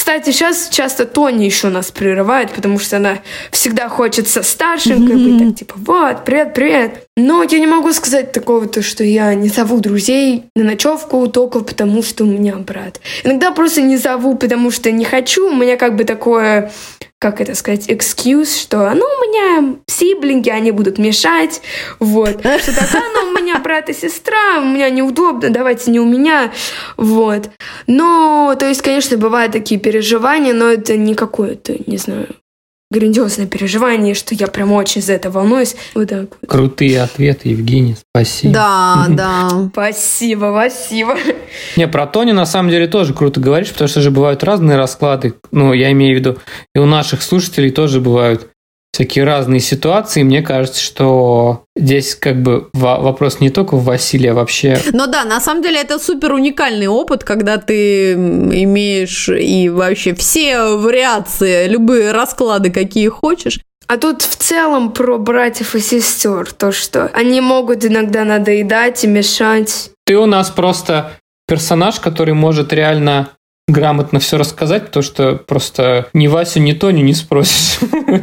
Кстати, сейчас часто Тони еще нас прерывает, потому что она всегда хочет со старшенькой быть, так типа, вот, привет, привет. Но я не могу сказать такого, то, что я не зову друзей на ночевку только потому, что у меня брат. Иногда просто не зову, потому что не хочу. У меня как бы такое, как это сказать, excuse, что, у меня сиблинги, они будут мешать, вот. Что тогда, у меня брат и сестра, у меня неудобно, давайте не у меня, вот. Но, то есть, конечно, бывают такие переживания, но это не какое-то, не знаю, грандиозное переживание, что я прям очень за это волнуюсь. Вот так вот. Крутые ответы, Евгений, спасибо. Да. Спасибо. Не, про Тони на самом деле тоже круто говоришь, потому что же бывают разные расклады. Я имею в виду, и у наших слушателей тоже бывают всякие разные ситуации. Мне кажется, что здесь как бы вопрос не только в Василии, а вообще... Но да, на самом деле это супер уникальный опыт, когда ты имеешь и вообще все вариации, любые расклады, какие хочешь. А тут в целом про братьев и сестер, то, что они могут иногда надоедать и мешать. Ты у нас просто персонаж, который может реально грамотно все рассказать, потому что просто ни Васю, ни Тоню не спросишь.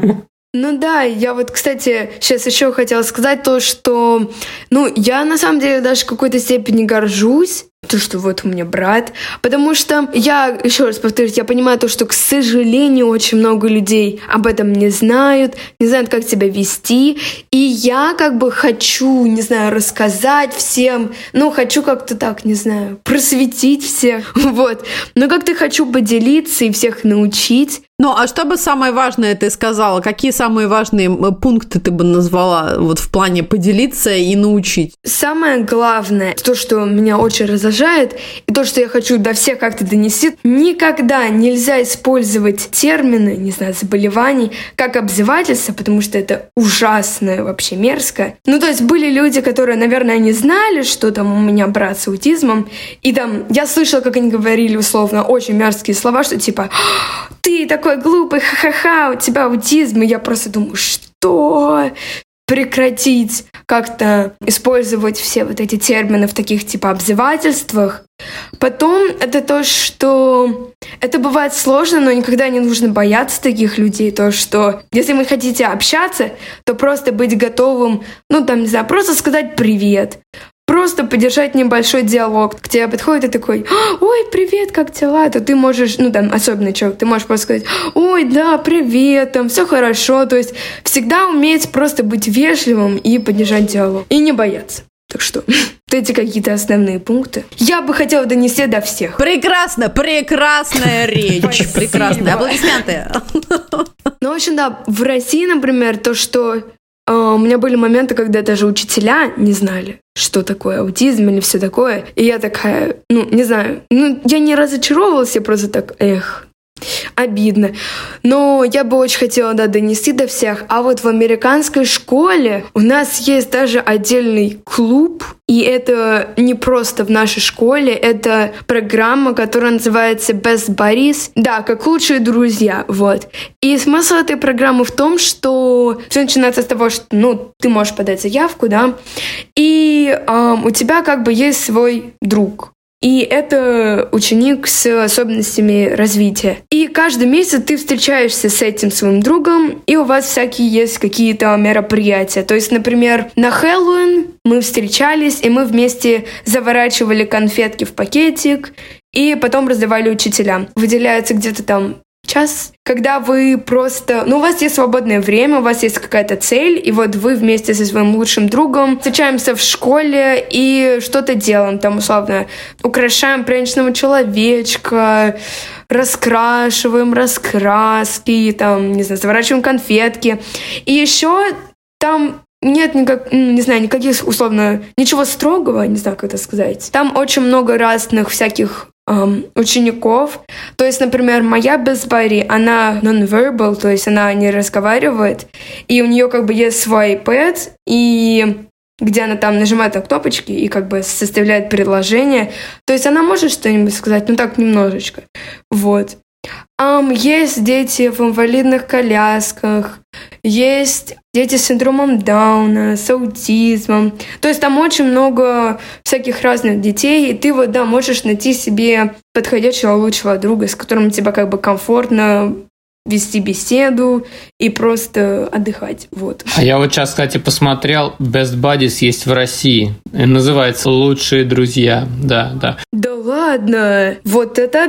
Ну да, я вот, кстати, сейчас еще хотела сказать то, что, я на самом деле даже в какой-то степени горжусь, то, что вот у меня брат, потому что я, еще раз повторюсь, я понимаю то, что, к сожалению, очень много людей об этом не знают, как себя вести, и я как бы хочу, рассказать всем, хочу как-то так, просветить всех, вот, но как-то хочу поделиться и всех научить. А что бы самое важное ты сказала? Какие самые важные пункты ты бы назвала вот в плане поделиться и научить? Самое главное, то, что меня очень раздражает, и то, что я хочу до всех как-то донести, никогда нельзя использовать термины, заболеваний, как обзывательство, потому что это ужасно, вообще мерзко. То есть были люди, которые, наверное, не знали, что там у меня брат с аутизмом, и там я слышала, как они говорили условно очень мерзкие слова, что типа «ты такой глупый, ха-ха-ха, у тебя аутизм», и я просто думаю, что прекратить как-то использовать все вот эти термины в таких типа обзывательствах. Потом это то, что это бывает сложно, но никогда не нужно бояться таких людей. То, что если вы хотите общаться, то просто быть готовым, просто сказать «привет». Просто поддержать небольшой диалог. К тебе подходит и такой: «Ой, привет, как дела?» То ты можешь, особенно человек, ты можешь просто сказать: «Ой, да, привет, там все хорошо». То есть всегда уметь просто быть вежливым и поддержать диалог. И не бояться. Так что вот эти какие-то основные пункты я бы хотела донести до всех. Прекрасная речь. Прекрасная. Аплодисменты. В общем, да, в России, например, то, что у меня были моменты, когда даже учителя не знали, что такое аутизм или все такое. И я такая, не знаю, я не разочаровалась, я просто так, обидно. Но я бы очень хотела, донести до всех. А вот в американской школе у нас есть даже отдельный клуб, и это не просто в нашей школе, это программа, которая называется Best Buddies. Да, как лучшие друзья, вот. И смысл этой программы в том, что все начинается с того, что, ты можешь подать заявку, да, и у тебя как бы есть свой друг. И это ученик с особенностями развития. И каждый месяц ты встречаешься с этим своим другом, и у вас всякие есть какие-то мероприятия. То есть, например, на Хэллоуин мы встречались, и мы вместе заворачивали конфетки в пакетик, и потом раздавали учителям. Выделяется где-то там час, когда вы просто... у вас есть свободное время, у вас есть какая-то цель, и вот вы вместе со своим лучшим другом встречаемся в школе и что-то делаем. Там, условно, украшаем праздничного человечка, раскрашиваем раскраски, заворачиваем конфетки. И еще там нет никаких, условно, ничего строгого, не знаю, как это сказать. Там очень много разных всяких учеников. То есть, например, моя Best Buddy, она non-verbal, то есть она не разговаривает, и у нее как бы есть свой iPad, и где она там нажимает на кнопочки и как бы составляет предложение. То есть она может что-нибудь сказать, так немножечко. Вот. Есть дети в инвалидных колясках, есть дети с синдромом Дауна, с аутизмом. То есть там очень много всяких разных детей, и ты можешь найти себе подходящего лучшего друга, с которым тебе как бы комфортно вести беседу и просто отдыхать. Вот. А я вот сейчас, кстати, посмотрел, Best Buddies есть в России. Называется «Лучшие друзья». Да. Да ладно! Вот это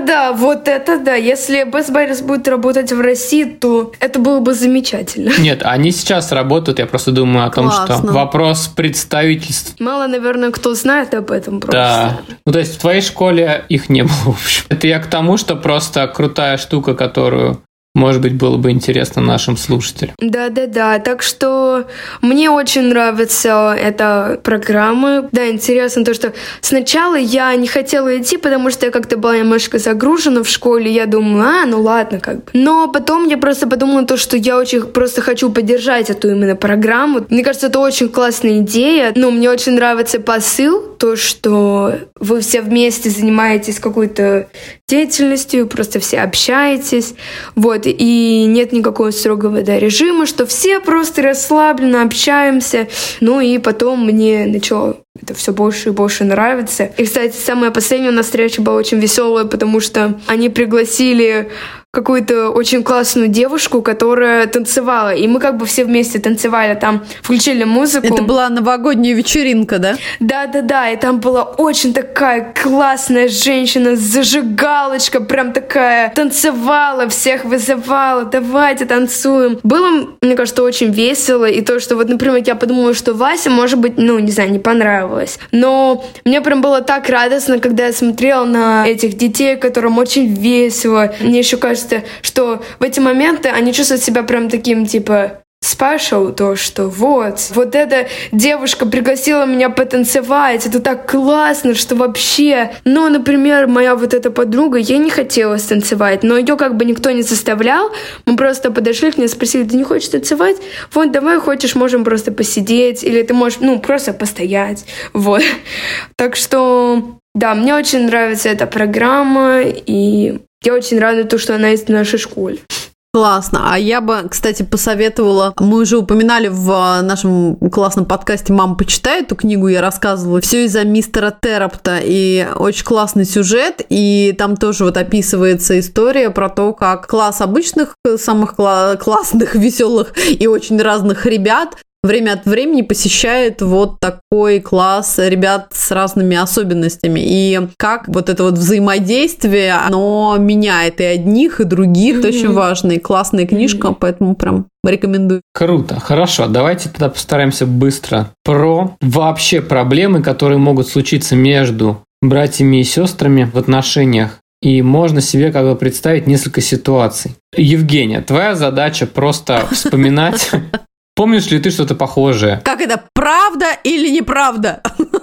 да! Если Best Buddies будет работать в России, то это было бы замечательно. Нет, они сейчас работают, я просто думаю о том, что вопрос представительств. Мало, наверное, кто знает об этом просто. Да. Ну, то есть в твоей школе их не было, в общем. Это я к тому, что просто крутая штука, которую, может быть, было бы интересно нашим слушателям. Да. Так что мне очень нравится эта программа. Да, интересно то, что сначала я не хотела идти, потому что я как-то была немножко загружена в школе. Я думала, ну ладно, как бы. Но потом я просто подумала то, что я очень просто хочу поддержать эту именно программу. Мне кажется, это очень классная идея. Мне очень нравится посыл, то, что вы все вместе занимаетесь какой-то деятельностью, просто все общаетесь. Вот. И нет никакого строгого режима, что все просто расслабленно общаемся. И потом мне начало это все больше и больше нравится. И, кстати, самая последняя у нас встреча была очень веселая, потому что они пригласили какую-то очень классную девушку, которая танцевала. И мы как бы все вместе танцевали, там включили музыку. Это была новогодняя вечеринка, да? Да. И там была очень такая классная женщина, зажигалочка, прям такая, танцевала, всех вызывала, давайте танцуем. Было, мне кажется, очень весело. И то, что вот, например, я подумала, что Вася, может быть, не знаю, не понравилось. Но мне прям было так радостно, когда я смотрела на этих детей, которым очень весело. Мне еще кажется, что в эти моменты они чувствуют себя прям таким, типа, special, то, что вот эта девушка пригласила меня потанцевать, это так классно, что вообще... например, моя вот эта подруга, ей не хотелось танцевать, но ее как бы никто не заставлял, мы просто подошли к ней, спросили, ты не хочешь танцевать? Вот, давай, хочешь, можем просто посидеть, или ты можешь, просто постоять, вот. Так что, да, мне очень нравится эта программа, и я очень рада, что она есть в нашей школе. Классно. А я бы, кстати, посоветовала... Мы уже упоминали в нашем классном подкасте «Мама, почитай» эту книгу, я рассказывала. Все из-за мистера Террапта. И очень классный сюжет. И там тоже описывается история про то, как класс обычных, самых классных, веселых и очень разных ребят время от времени посещает вот такой класс ребят с разными особенностями. И как это взаимодействие, оно меняет и одних, и других. Это очень важно. И классная книжка, поэтому прям рекомендую. Круто. Хорошо. Давайте тогда постараемся быстро про вообще проблемы, которые могут случиться между братьями и сестрами в отношениях. И можно себе представить несколько ситуаций. Евгения, твоя задача просто вспоминать... Помнишь ли ты что-то похожее? Как это? Правда или неправда?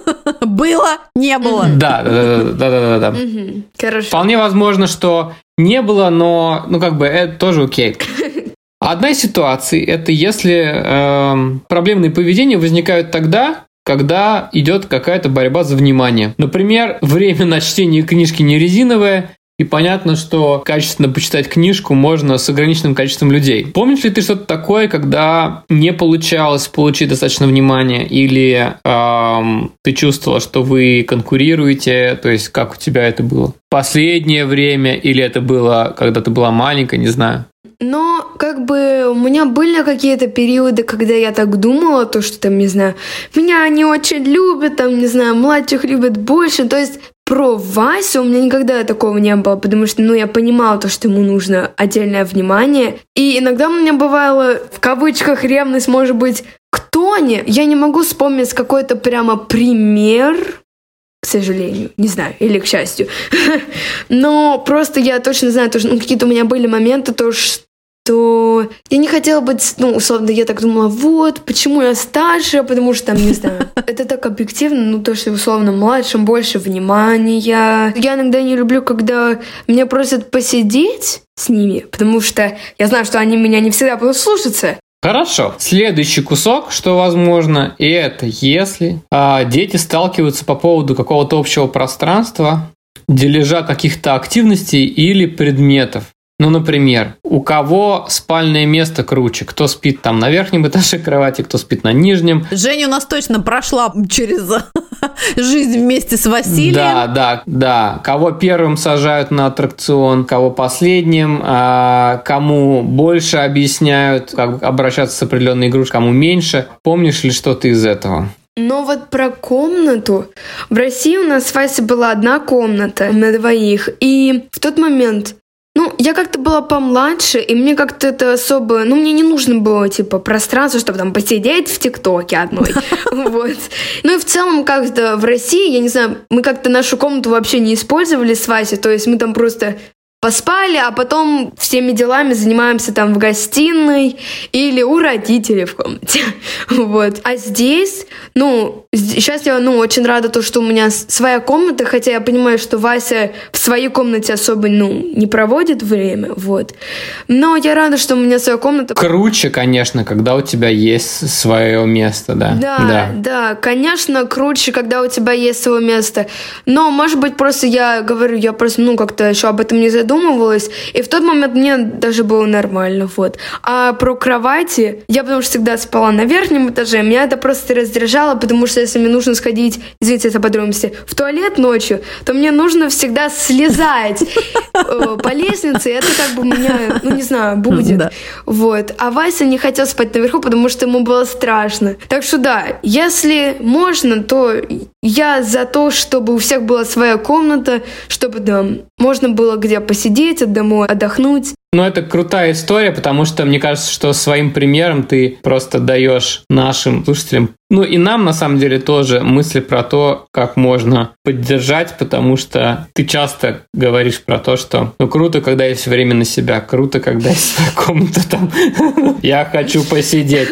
Было, не было. Да. Хорошо. Вполне возможно, что не было, но это тоже окей. Одна из ситуаций – это если проблемные поведения возникают тогда, когда идет какая-то борьба за внимание. Например, время на чтение книжки не резиновое, и понятно, что качественно почитать книжку можно с ограниченным количеством людей. Помнишь ли ты что-то такое, когда не получалось получить достаточно внимания, или ты чувствовала, что вы конкурируете, то есть как у тебя это было? В последнее время, или это было, когда ты была маленькая, не знаю. Но у меня были какие-то периоды, когда я так думала, то, что не знаю, меня не очень любят, не знаю, младших любят больше, то есть про Васю у меня никогда такого не было, потому что, я понимала то, что ему нужно отдельное внимание. И иногда у меня бывала, в кавычках, ревность, может быть, к Тоне. Я не могу вспомнить какой-то прямо пример, к сожалению, не знаю, или к счастью. Но просто я точно знаю, что какие-то у меня были моменты, то я не хотела быть, условно, я так думала, почему я старше, потому что, не знаю, это так объективно, то, что, условно, младшим больше внимания. Я иногда не люблю, когда меня просят посидеть с ними, потому что я знаю, что они меня не всегда будут слушаться. Хорошо. Следующий кусок, что возможно, и это если дети сталкиваются по поводу какого-то общего пространства, дележа каких-то активностей или предметов. Ну, например, у кого спальное место круче? Кто спит там на верхнем этаже кровати, кто спит на нижнем? Женя у нас точно прошла через жизнь вместе с Василием. Да. Кого первым сажают на аттракцион, кого последним, кому больше объясняют, как обращаться с определенной игрушкой, кому меньше. Помнишь ли что-то из этого? Но вот про комнату. В России у нас с Васей была одна комната на двоих. И в тот момент, я как-то была помладше, и мне как-то это особо... мне не нужно было, пространство, чтобы там посидеть в ТикТоке одной. Вот. Ну и в целом, как-то в России, я не знаю, мы как-то нашу комнату вообще не использовали с Васей, то есть мы там просто поспали, а потом всеми делами занимаемся там в гостиной или у родителей в комнате. Вот. А здесь, сейчас я, очень рада то, что у меня своя комната, хотя я понимаю, что Вася в своей комнате особо, не проводит время, вот. Но я рада, что у меня своя комната. Круче, конечно, когда у тебя есть свое место, да. Да, конечно, круче, когда у тебя есть свое место. Но, может быть, просто я просто, как-то еще об этом не задумывалась, и в тот момент мне даже было нормально, вот. А про кровати, я потому что всегда спала на верхнем этаже, меня это просто раздражало, потому что если мне нужно сходить, извините за подробности, в туалет ночью, то мне нужно всегда слезать по лестнице, и это как бы меня, не знаю, будет. Вот. А Вася не хотел спать наверху, потому что ему было страшно. Так что да, если можно, то я за то, чтобы у всех была своя комната, чтобы можно было где посидеть, домой отдохнуть. Это крутая история, потому что мне кажется, что своим примером ты просто даешь нашим слушателям, и нам на самом деле тоже мысли про то, как можно поддержать, потому что ты часто говоришь про то, что круто, когда есть время на себя, круто, когда есть своя комната там. Я хочу посидеть,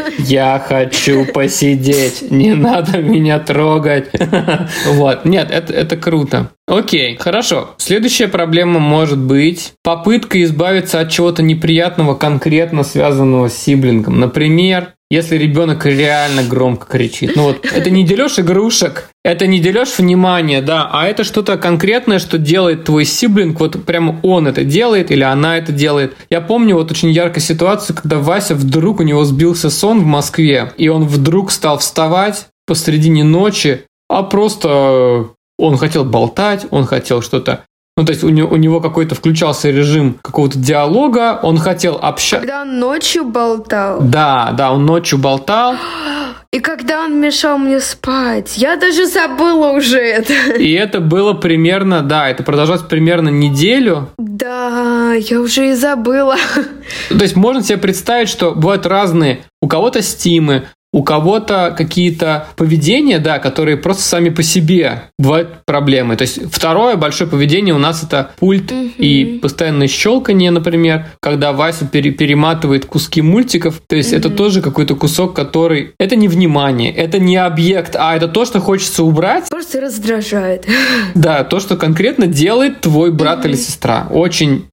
не надо меня трогать. Вот, нет, это круто. Окей, хорошо. Следующая проблема может быть попытка избавиться от чего-то неприятного, конкретно связанного с сиблингом. Например, если ребенок реально громко кричит. Это не дележ игрушек, это не дележ внимания, да, а это что-то конкретное, что делает твой сиблинг, прямо он это делает или она это делает. Я помню очень яркую ситуацию, когда Вася вдруг, у него сбился сон в Москве, и он вдруг стал вставать посредине ночи, а просто... Он хотел болтать, он хотел что-то... то есть у него какой-то включался режим какого-то диалога, он хотел общаться. Когда он ночью болтал? Да, он ночью болтал. И когда он мешал мне спать, я даже забыла уже это. И это было примерно, это продолжалось примерно неделю. Да, я уже и забыла. То есть можно себе представить, что бывают разные, у кого-то стимы, у кого-то какие-то поведения, которые просто сами по себе бывают проблемы. То есть второе большое поведение у нас это пульт и постоянное щелканье, например, когда Вася перематывает куски мультиков. То есть это тоже какой-то кусок, который... Это не внимание, это не объект, а это то, что хочется убрать. Просто раздражает. Да, то, что конкретно делает твой брат или сестра. Очень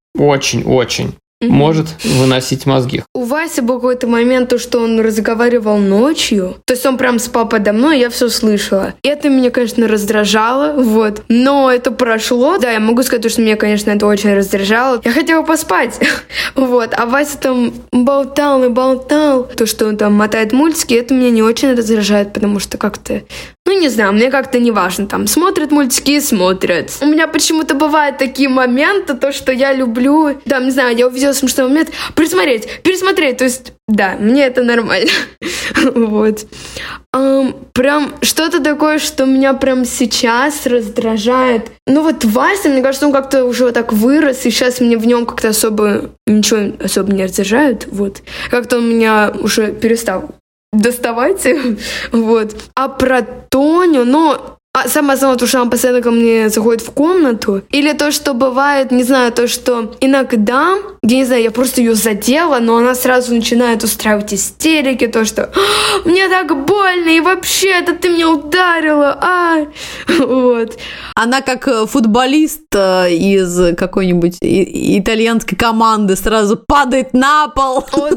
может выносить мозги. У Васи был какой-то момент, то, что он разговаривал ночью. То есть он прям спал подо мной, я все слышала. И это меня, конечно, раздражало, вот. Но это прошло. Да, я могу сказать, что меня, конечно, это очень раздражало. Я хотела поспать, вот. А Вася там болтал и болтал. То, что он там мотает мультики, это меня не очень раздражает, потому что как-то... не знаю, мне как-то не важно, там, смотрят мультики и смотрят. У меня почему-то бывают такие моменты, то, что я люблю, не знаю, я увидела смешной момент, пересмотреть, то есть, да, мне это нормально. Вот. Прям что-то такое, что меня прям сейчас раздражает. Вася, мне кажется, он как-то уже так вырос, и сейчас мне в нем как-то ничего особо не раздражает, вот. Как-то он меня уже перестал доставать, вот. А про Тоню, самое то, что она постоянно ко мне заходит в комнату, или то, что бывает, не знаю, то, что иногда, я не знаю, я просто ее задела, но она сразу начинает устраивать истерики, то, что мне так больно, и вообще, это ты меня ударила, вот. Она как футболист из какой-нибудь итальянской команды сразу падает на пол. О,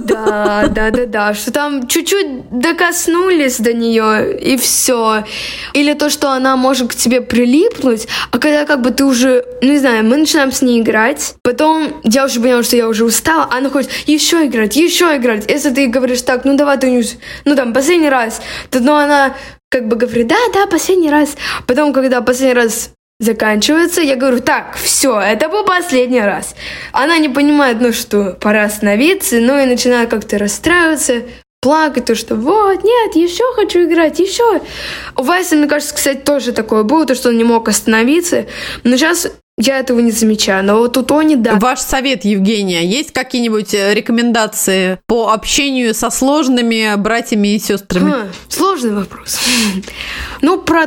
да, что там чуть-чуть докоснулись до нее, и все. Или то, что она может к тебе прилипнуть, а когда как бы ты уже, ну не знаю, мы начинаем с ней играть, потом я уже поняла, что я уже устала, она хочет еще играть. Если ты говоришь так, ну давай ты, ну там, последний раз, то ну, она как бы говорит, да, последний раз. Потом, когда последний раз заканчивается, я говорю, так, все, это был последний раз. Она не понимает, ну что, пора остановиться, ну и начинает как-то расстраиваться, плакать, то что вот, нет, еще хочу играть, еще. У Васи, мне кажется, кстати, тоже такое было, то что он не мог остановиться, но сейчас я этого не замечаю, но вот у Тони, да. Ваш совет, Евгения, есть какие-нибудь рекомендации по общению со сложными братьями и сестрами? Сложный вопрос. Ну, про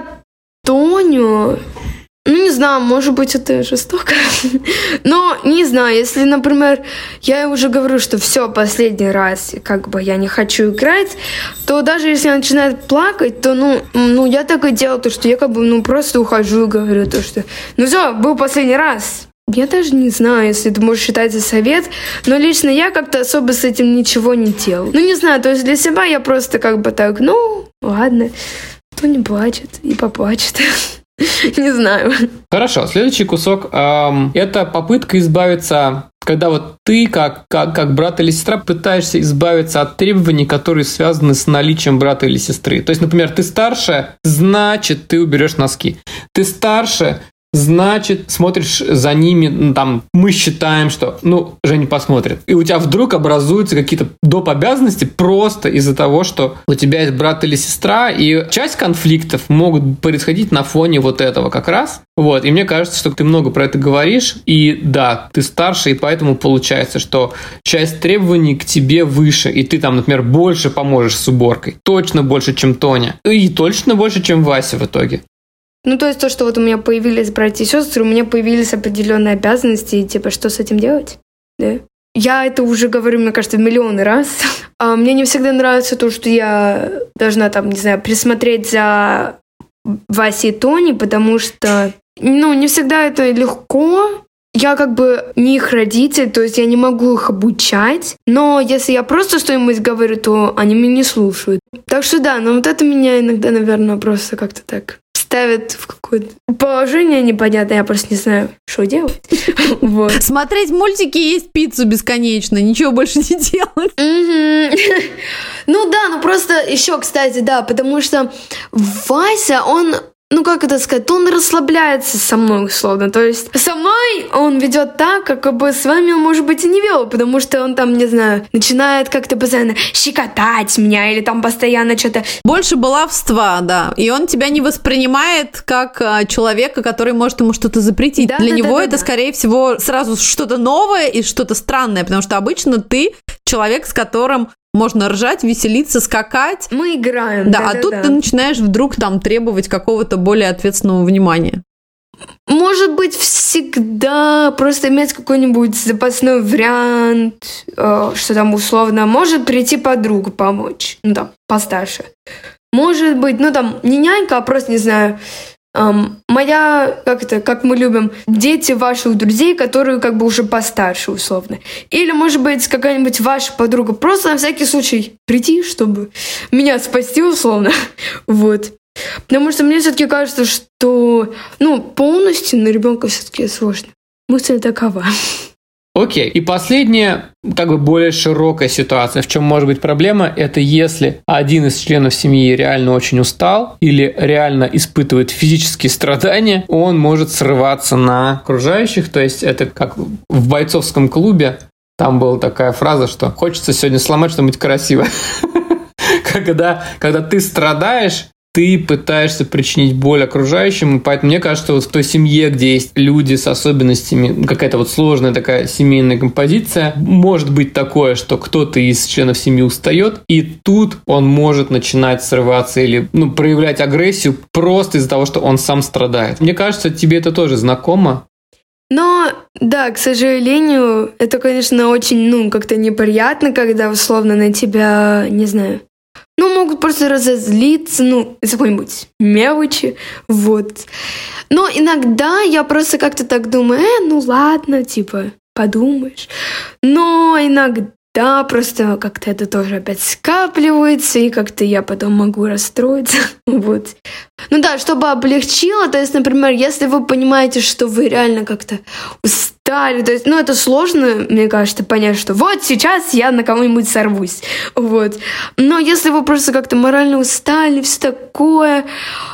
Тоню... Ну, не знаю, может быть, это жестоко. Но, не знаю, если, например, я уже говорю, что все, последний раз, как бы я не хочу играть, то даже если она начинает плакать, то, ну, я так и делаю, то, что я как бы, ну, просто ухожу и говорю то, что, ну, все, был последний раз. Я даже не знаю, если ты можешь считать за совет, но лично я как-то особо с этим ничего не делаю. Ну, не знаю, то есть для себя я просто как бы так, ну, ладно, кто не плачет и поплачет. Не знаю. Хорошо, следующий кусок это попытка избавиться, когда вот ты, как брат или сестра, пытаешься избавиться от требований, которые связаны с наличием брата или сестры. То есть, например, ты старше, значит, ты уберешь носки. Ты старше, значит, смотришь за ними, ну, там, мы считаем, что, ну, Женя посмотрит. И у тебя вдруг образуются какие-то доп. Обязанности просто из-за того, что у тебя есть брат или сестра, и часть конфликтов могут происходить на фоне вот этого как раз. Вот, и мне кажется, что ты много про это говоришь, и да, ты старше, и поэтому получается, что часть требований к тебе выше, и ты там, например, больше поможешь с уборкой. Точно больше, чем Тоня. И точно больше, чем Вася в итоге. Ну, то есть то, что вот у меня появились братья и сестры, у меня появились определенные обязанности, и типа, что с этим делать? Да? Я это уже говорю, мне кажется, миллионы раз. А мне не всегда нравится то, что я должна там, не знаю, присмотреть за Васей и Тони, потому что, ну, не всегда это легко. Я как бы не их родитель, то есть я не могу их обучать, но если я просто что-нибудь говорю, то они меня не слушают. Так что да, но вот это меня иногда, наверное, просто как-то так ставит в какое-то положение непонятное, я просто не знаю, что делать. Вот. Смотреть мультики и есть пиццу бесконечно, ничего больше не делать. Ну да, ну просто еще, кстати, да, потому что Вася, он... Ну, как это сказать, он расслабляется со мной, условно. То есть со мной он ведет так, как бы с вами он, может быть, и не вел, потому что он там, не знаю, начинает как-то постоянно щекотать меня или там постоянно что-то... Больше баловства, да. И он тебя не воспринимает как человека, который может ему что-то запретить. Да, Для него это, да. скорее всего, сразу что-то новое и что-то странное, потому что обычно ты человек, с которым можно ржать, веселиться, скакать. Мы играем. Да, а тут ты начинаешь вдруг там требовать какого-то более ответственного внимания. Может быть, всегда просто иметь какой-нибудь запасной вариант, что там условно, может прийти подруга помочь, ну там, постарше. Может быть, ну там, не нянька, а просто, не знаю, моя, как мы любим, дети ваших друзей, которые как бы уже постарше, условно. Или, может быть, какая-нибудь ваша подруга, просто на всякий случай прийти, чтобы меня спасти, условно. Вот. Потому что мне все-таки кажется, что, ну, полностью на ребенка все-таки сложно. Мысль такова. Окей. И последняя, как бы более широкая ситуация, в чем может быть проблема, это если один из членов семьи реально очень устал или реально испытывает физические страдания, он может срываться на окружающих. То есть это как в бойцовском клубе, там была такая фраза, что хочется сегодня сломать что-нибудь красивое. Когда ты страдаешь, ты пытаешься причинить боль окружающим, поэтому мне кажется, что вот в той семье, где есть люди с особенностями, какая-то вот сложная такая семейная композиция, может быть такое, что кто-то из членов семьи устает, и тут он может начинать срываться или проявлять агрессию просто из-за того, что он сам страдает. Мне кажется, тебе это тоже знакомо. Но, да, к сожалению, это, конечно, очень, как-то неприятно, когда, условно, на тебя, не знаю, могут просто разозлиться, из какой-нибудь мелочи, вот. Но иногда я просто как-то так думаю, ладно, типа, подумаешь. Но иногда Да, просто как-то это тоже опять скапливается, и как-то я потом могу расстроиться. Вот. Ну да, чтобы облегчило, то есть, например, если вы понимаете, что вы реально как-то устали, то есть, это сложно, мне кажется, понять, что вот сейчас я на кого-нибудь сорвусь. Вот. Но если вы просто как-то морально устали, все такое,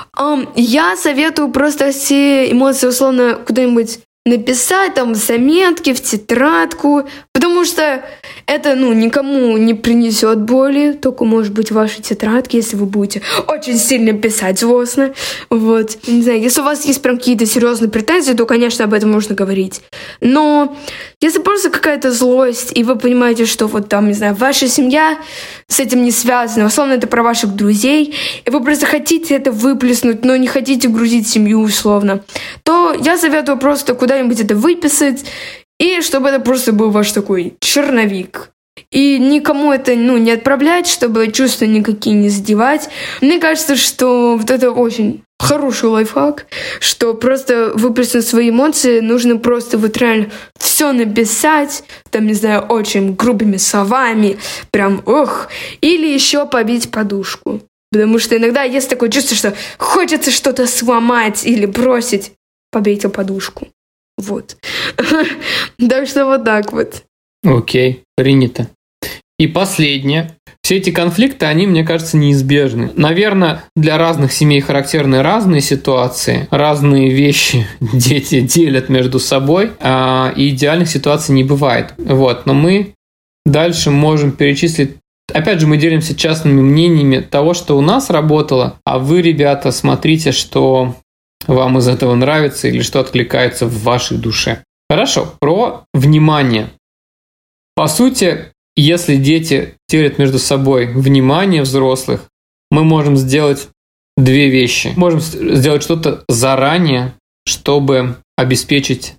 я советую просто все эмоции условно куда-нибудь написать там в заметки, в тетрадку, потому что это, никому не принесет боли, только, может быть, ваши тетрадки, если вы будете очень сильно писать злостно. Вот. Не знаю, если у вас есть прям какие-то серьезные претензии, то, конечно, об этом можно говорить. Но если просто какая-то злость, и вы понимаете, что вот там, не знаю, ваша семья с этим не связана, условно, это про ваших друзей, и вы просто хотите это выплеснуть, но не хотите грузить семью, условно, то я советую просто куда-нибудь это выписать, и чтобы это просто был ваш такой черновик. И никому это, не отправлять, чтобы чувства никакие не задевать. Мне кажется, что вот это очень хороший лайфхак, что просто выплеснуть свои эмоции, нужно просто вот реально все написать, там, не знаю, очень грубыми словами, прям или еще побить подушку. Потому что иногда есть такое чувство, что хочется что-то сломать или бросить, побейте подушку. Вот. Так что вот так вот. Окей, принято. И последнее. Все эти конфликты, они, мне кажется, неизбежны. Наверное, для разных семей характерны разные ситуации, разные вещи дети делят между собой, и идеальных ситуаций не бывает. Вот. Но мы дальше можем перечислить. Опять же, мы делимся частными мнениями того, что у нас работало, а вы, ребята, смотрите, что вам из этого нравится или что откликается в вашей душе. Хорошо, про внимание. По сути, если дети делят между собой внимание взрослых, мы можем сделать две вещи. Можем сделать что-то заранее, чтобы обеспечить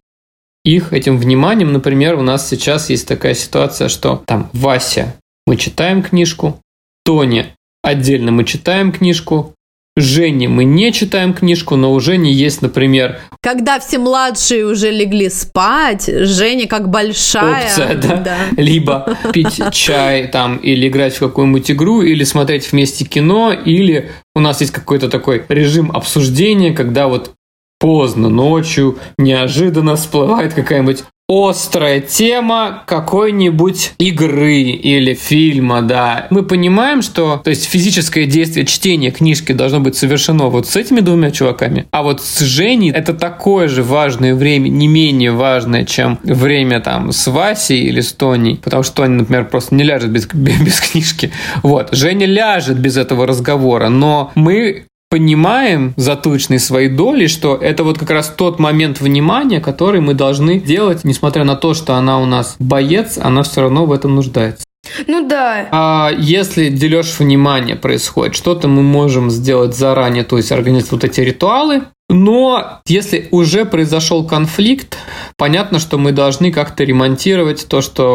их этим вниманием. Например, у нас сейчас есть такая ситуация, что там Вася, мы читаем книжку, Тоня, отдельно мы читаем книжку, Жене мы не читаем книжку, но у Жени есть, например... Когда все младшие уже легли спать, Женя как большая... Опция, да? Либо пить чай там, или играть в какую-нибудь игру, или смотреть вместе кино, или у нас есть какой-то такой режим обсуждения, когда вот поздно ночью неожиданно всплывает какая-нибудь острая тема какой-нибудь игры или фильма, да. Мы понимаем, что, то есть, физическое действие чтения книжки должно быть совершено вот с этими двумя чуваками, а вот с Женей это такое же важное время, не менее важное, чем время там с Васей или с Тоней, потому что Тоня, например, просто не ляжет без книжки. Вот. Женя ляжет без этого разговора, но мы понимаем за точной своей долей, что это вот как раз тот момент внимания, который мы должны делать, несмотря на то, что она у нас боец, она все равно в этом нуждается. Ну да. А если дележ внимания происходит, что-то мы можем сделать заранее, то есть организовать вот эти ритуалы. Но если уже произошел конфликт, понятно, что мы должны как-то ремонтировать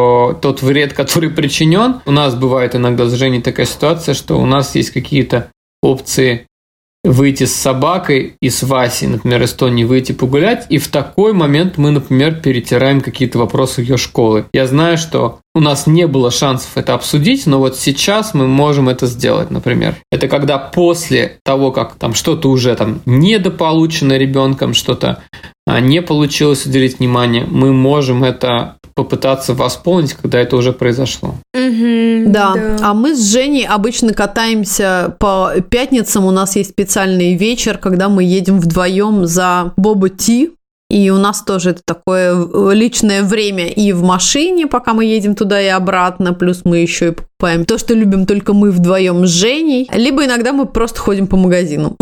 тот вред, который причинен. У нас бывает иногда с Женей такая ситуация, что у нас есть какие-то опции выйти с собакой и с Васей, например, из Тони выйти погулять, и в такой момент мы, например, перетираем какие-то вопросы ее школы. Я знаю, что у нас не было шансов это обсудить, но вот сейчас мы можем это сделать, например. Это когда после того, как там что-то уже там недополучено ребенком, что-то не получилось уделить внимание, мы можем это попытаться восполнить, когда это уже произошло. Да. А мы с Женей обычно катаемся по пятницам. У нас есть специальный вечер, когда мы едем вдвоем за боба-ти. И у нас тоже это такое личное время и в машине, пока мы едем туда и обратно. Плюс мы еще и покупаем то, что любим только мы вдвоем с Женей. Либо иногда мы просто ходим по магазинам.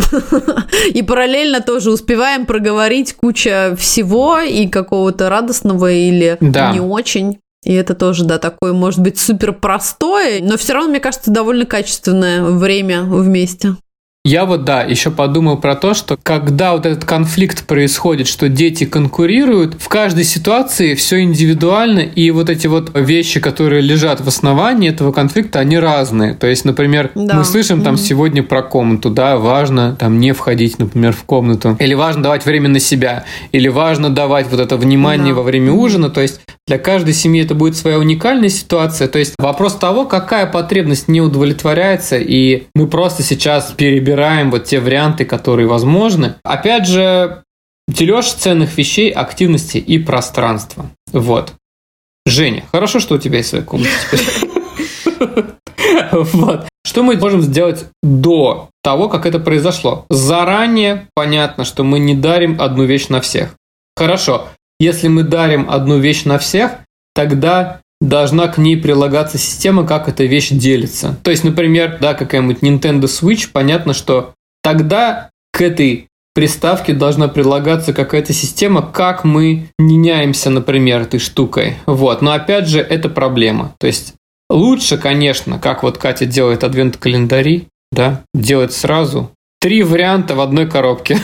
И параллельно тоже успеваем проговорить куча всего и какого-то радостного или не очень. И это тоже, да, такое, может быть, супер простое, но все равно, мне кажется, довольно качественное время вместе. Я вот, да, еще подумал про то, что когда вот этот конфликт происходит, что дети конкурируют, в каждой ситуации все индивидуально, и вот эти вот вещи, которые лежат в основании этого конфликта, они разные. То есть, например, мы слышим там сегодня про комнату, да, важно там не входить, например, в комнату, или важно давать время на себя, или важно давать вот это внимание во время ужина. То есть для каждой семьи это будет своя уникальная ситуация. То есть вопрос того, какая потребность не удовлетворяется, и мы просто сейчас перебираем вот те варианты, которые возможны. Опять же, дележ ценных вещей, активности и пространства. Вот. Женя, хорошо, что у тебя есть своя комната теперь. Вот. Что мы можем сделать до того, как это произошло? Заранее понятно, что мы не дарим одну вещь на всех. Хорошо. Если мы дарим одну вещь на всех, тогда должна к ней прилагаться система, как эта вещь делится. То есть, например, да, какая-нибудь Nintendo Switch, понятно, что тогда к этой приставке должна прилагаться какая-то система, как мы меняемся, например, этой штукой. Вот. Но опять же, это проблема. То есть лучше, конечно, как вот Катя делает адвент-календари, да, делать сразу 3 варианта в одной коробке.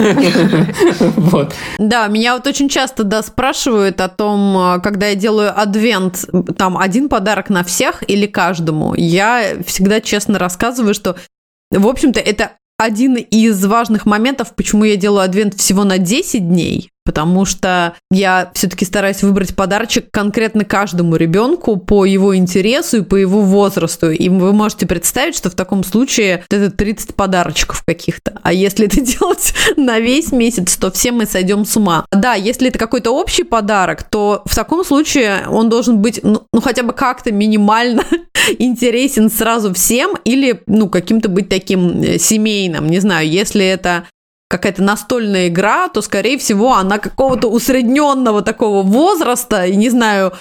Вот. Да, меня вот очень часто, да, спрашивают о том, когда я делаю адвент, там один подарок на всех или каждому. Я всегда честно рассказываю, что, в общем-то, это один из важных моментов, почему я делаю адвент всего на 10 дней. Потому что я все-таки стараюсь выбрать подарочек конкретно каждому ребенку по его интересу и по его возрасту. И вы можете представить, что в таком случае это 30 подарочков каких-то. А если это делать на весь месяц, то все мы сойдем с ума. Да, если это какой-то общий подарок, то в таком случае он должен быть, ну хотя бы как-то минимально интересен сразу всем или, каким-то быть таким семейным. Не знаю, если это какая-то настольная игра, то, скорее всего, она какого-то усредненного такого возраста, и, не знаю,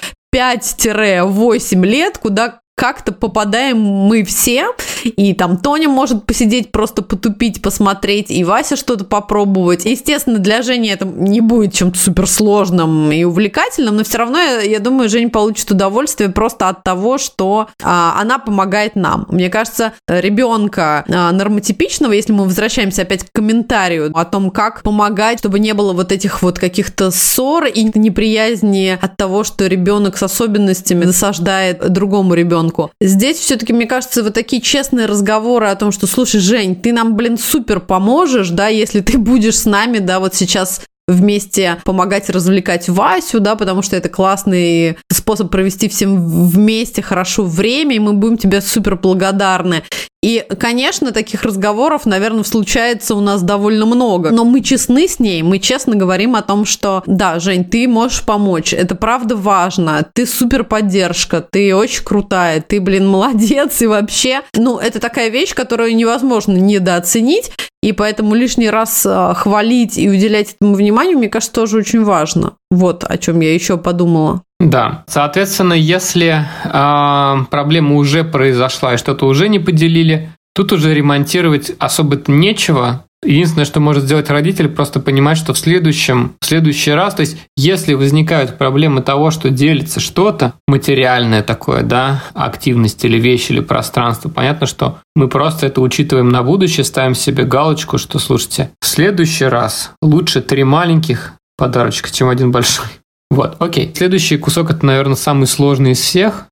5-8 лет, куда как-то попадаем мы все, и там Тоня может посидеть, просто потупить, посмотреть, и Вася что-то попробовать. Естественно, для Жени это не будет чем-то суперсложным и увлекательным, но все равно, я думаю, Женя получит удовольствие просто от того, что она помогает нам. Мне кажется, ребенка нормотипичного, если мы возвращаемся опять к комментарию о том, как помогать, чтобы не было вот этих вот каких-то ссор и неприязни от того, что ребенок с особенностями досаждает другому ребенку. Здесь все-таки, мне кажется, вот такие честные разговоры о том, что, слушай, Жень, ты нам, супер поможешь, да, если ты будешь с нами, да, вот сейчас вместе помогать развлекать Васю, да, потому что это классный способ провести всем вместе хорошо время, и мы будем тебе супер благодарны. И, конечно, таких разговоров, наверное, случается у нас довольно много. Но мы честны с ней, мы честно говорим о том, что да, Жень, ты можешь помочь, это правда важно, ты супер поддержка, ты очень крутая, ты, молодец, и вообще, это такая вещь, которую невозможно недооценить, и поэтому лишний раз хвалить и уделять этому вниманию, мне кажется, тоже очень важно. Вот о чем я еще подумала. Да, соответственно, если проблема уже произошла и что-то уже не поделили, тут уже ремонтировать особо-то нечего. Единственное, что может сделать родитель, просто понимать, что в следующий раз, то есть если возникают проблемы того, что делится что-то материальное такое, да, активность или вещь, или пространство, понятно, что мы просто это учитываем на будущее, ставим себе галочку, что, слушайте, в следующий раз лучше 3 маленьких подарочка, чем 1 большой. Вот, окей. Следующий кусок – это, наверное, самый сложный из всех.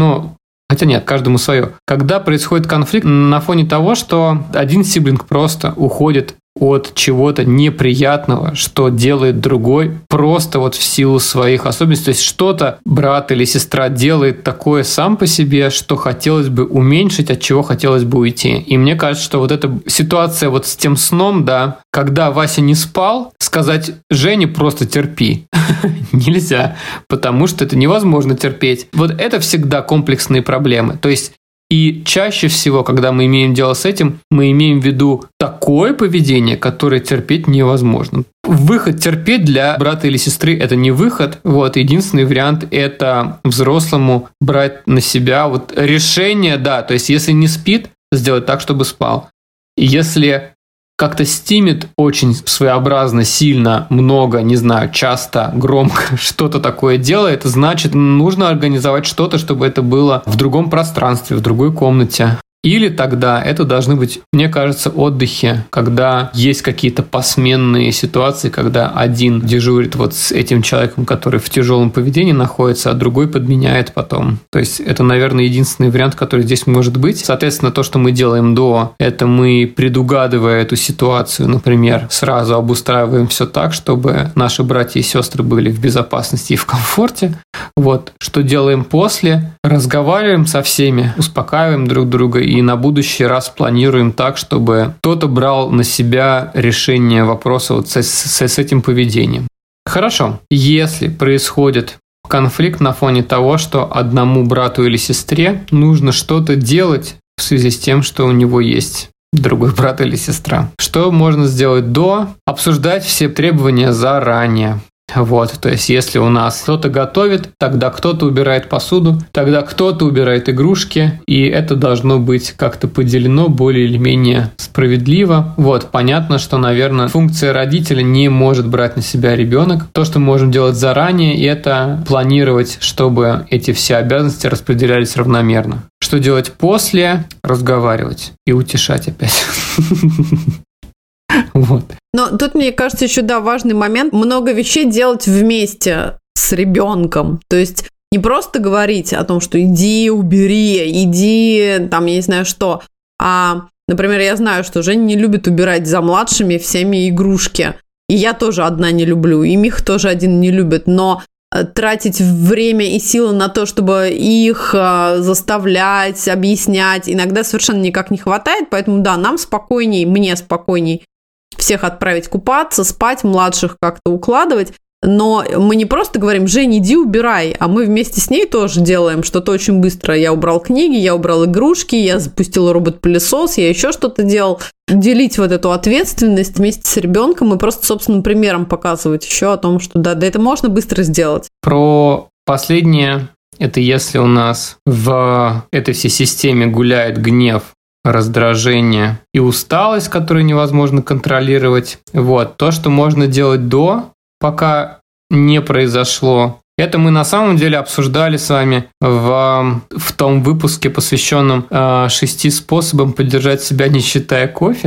Хотя нет, каждому свое. Когда происходит конфликт на фоне того, что один сиблинг просто уходит от чего-то неприятного, что делает другой, просто вот в силу своих особенностей. То есть что-то брат или сестра делает такое сам по себе, что хотелось бы уменьшить, от чего хотелось бы уйти. И мне кажется, что вот эта ситуация вот с тем сном, да, когда Вася не спал, сказать Жене просто терпи. Нельзя, потому что это невозможно терпеть. Вот это всегда комплексные проблемы. То есть и чаще всего, когда мы имеем дело с этим, мы имеем в виду такое поведение, которое терпеть невозможно. Выход терпеть для брата или сестры – это не выход. Вот, единственный вариант – это взрослому брать на себя вот решение, да, то есть если не спит, сделать так, чтобы спал. Если как-то стимит очень своеобразно, сильно, много, не знаю, часто, громко что-то такое делает, значит, нужно организовать что-то, чтобы это было в другом пространстве, в другой комнате. Или тогда это должны быть, мне кажется, отдыхи, когда есть какие-то посменные ситуации, когда один дежурит вот с этим человеком, который в тяжелом поведении находится, а другой подменяет потом. То есть это, наверное, единственный вариант, который здесь может быть. Соответственно, то, что мы делаем до, это мы, предугадывая эту ситуацию, например, сразу обустраиваем все так, чтобы наши братья и сестры были в безопасности и в комфорте. Вот. Что делаем после? Разговариваем со всеми, успокаиваем друг друга и на будущий раз планируем так, чтобы кто-то брал на себя решение вопроса вот с этим поведением. Хорошо. Если происходит конфликт на фоне того, что одному брату или сестре нужно что-то делать в связи с тем, что у него есть другой брат или сестра. Что можно сделать до? Обсуждать все требования заранее. Вот, то есть, если у нас кто-то готовит, тогда кто-то убирает посуду, тогда кто-то убирает игрушки, и это должно быть как-то поделено более или менее справедливо. Вот, понятно, что, наверное, функция родителя не может брать на себя ребенок. То, что мы можем делать заранее, это планировать, чтобы эти все обязанности распределялись равномерно. Что делать после? Разговаривать и утешать опять. Вот. Но тут, мне кажется, еще, да, важный момент. Много вещей делать вместе с ребенком. То есть не просто говорить о том, что иди, убери, иди, там, я не знаю что. А, например, я знаю, что Женя не любит убирать за младшими всеми игрушки. И я тоже одна не люблю, и Мих тоже один не любит. Но тратить время и силы на то, чтобы их заставлять, объяснять, иногда совершенно никак не хватает. Поэтому, да, нам спокойней, мне спокойней всех отправить купаться, спать, младших как-то укладывать. Но мы не просто говорим: Жень, иди убирай, а мы вместе с ней тоже делаем что-то очень быстро. Я убрал книги, я убрал игрушки, я запустил робот-пылесос, я еще что-то делал. Делить вот эту ответственность вместе с ребенком и просто собственным примером показывать еще о том, что да, это можно быстро сделать. Про последнее, это если у нас в этой всей системе гуляет гнев, раздражение и усталость, которую невозможно контролировать. Вот. То, что можно делать до, пока не произошло. Это мы на самом деле обсуждали с вами в том выпуске, посвященном 6 способам поддержать себя, не считая кофе.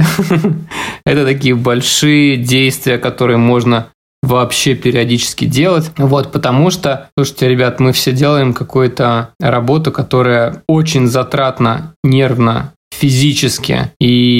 Это такие большие действия, которые можно вообще периодически делать. Вот, потому что, слушайте, ребят, мы все делаем какую-то работу, которая очень затратна нервно, физически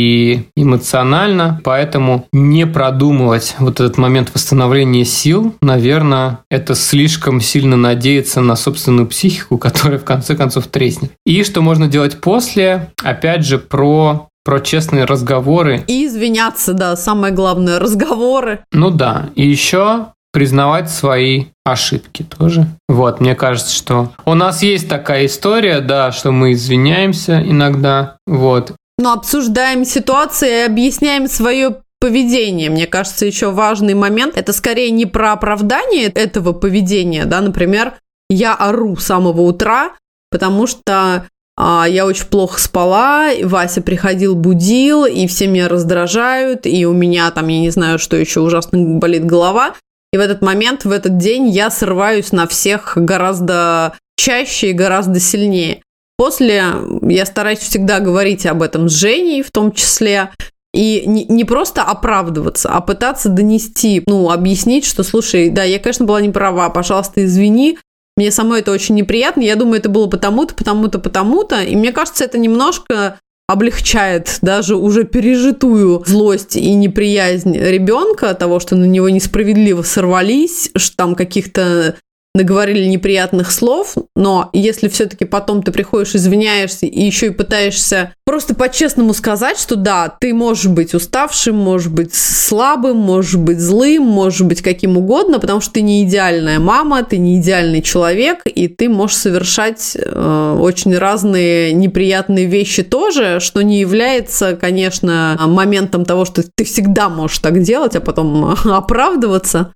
и эмоционально, поэтому не продумывать вот этот момент восстановления сил, наверное, это слишком сильно надеяться на собственную психику, которая в конце концов треснет. И что можно делать после, опять же, про честные разговоры. И извиняться, да, самое главное, разговоры. Ну да, и еще признавать свои ошибки тоже. Вот, мне кажется, что у нас есть такая история, да, что мы извиняемся иногда, вот. Но обсуждаем ситуации и объясняем свое поведение. Мне кажется, еще важный момент. Это скорее не про оправдание этого поведения, да, например, я ору с самого утра, потому что я очень плохо спала, Вася приходил, будил, и все меня раздражают, и у меня там, я не знаю, что еще, ужасно болит голова. И в этот момент, в этот день я срываюсь на всех гораздо чаще и гораздо сильнее. После я стараюсь всегда говорить об этом с Женей в том числе. И не просто оправдываться, а пытаться донести, объяснить, что, слушай, да, я, конечно, была не права, пожалуйста, извини. Мне самой это очень неприятно. Я думаю, это было потому-то, потому-то, потому-то. И мне кажется, это немножко облегчает даже уже пережитую злость и неприязнь ребенка, того, что на него несправедливо сорвались, что там каких-то наговорили неприятных слов, но если все-таки потом ты приходишь, извиняешься и еще и пытаешься просто по-честному сказать, что да, ты можешь быть уставшим, можешь быть слабым, можешь быть злым, можешь быть каким угодно, потому что ты не идеальная мама, ты не идеальный человек, и ты можешь совершать очень разные неприятные вещи тоже, что не является, конечно, моментом того, что ты всегда можешь так делать, а потом оправдываться.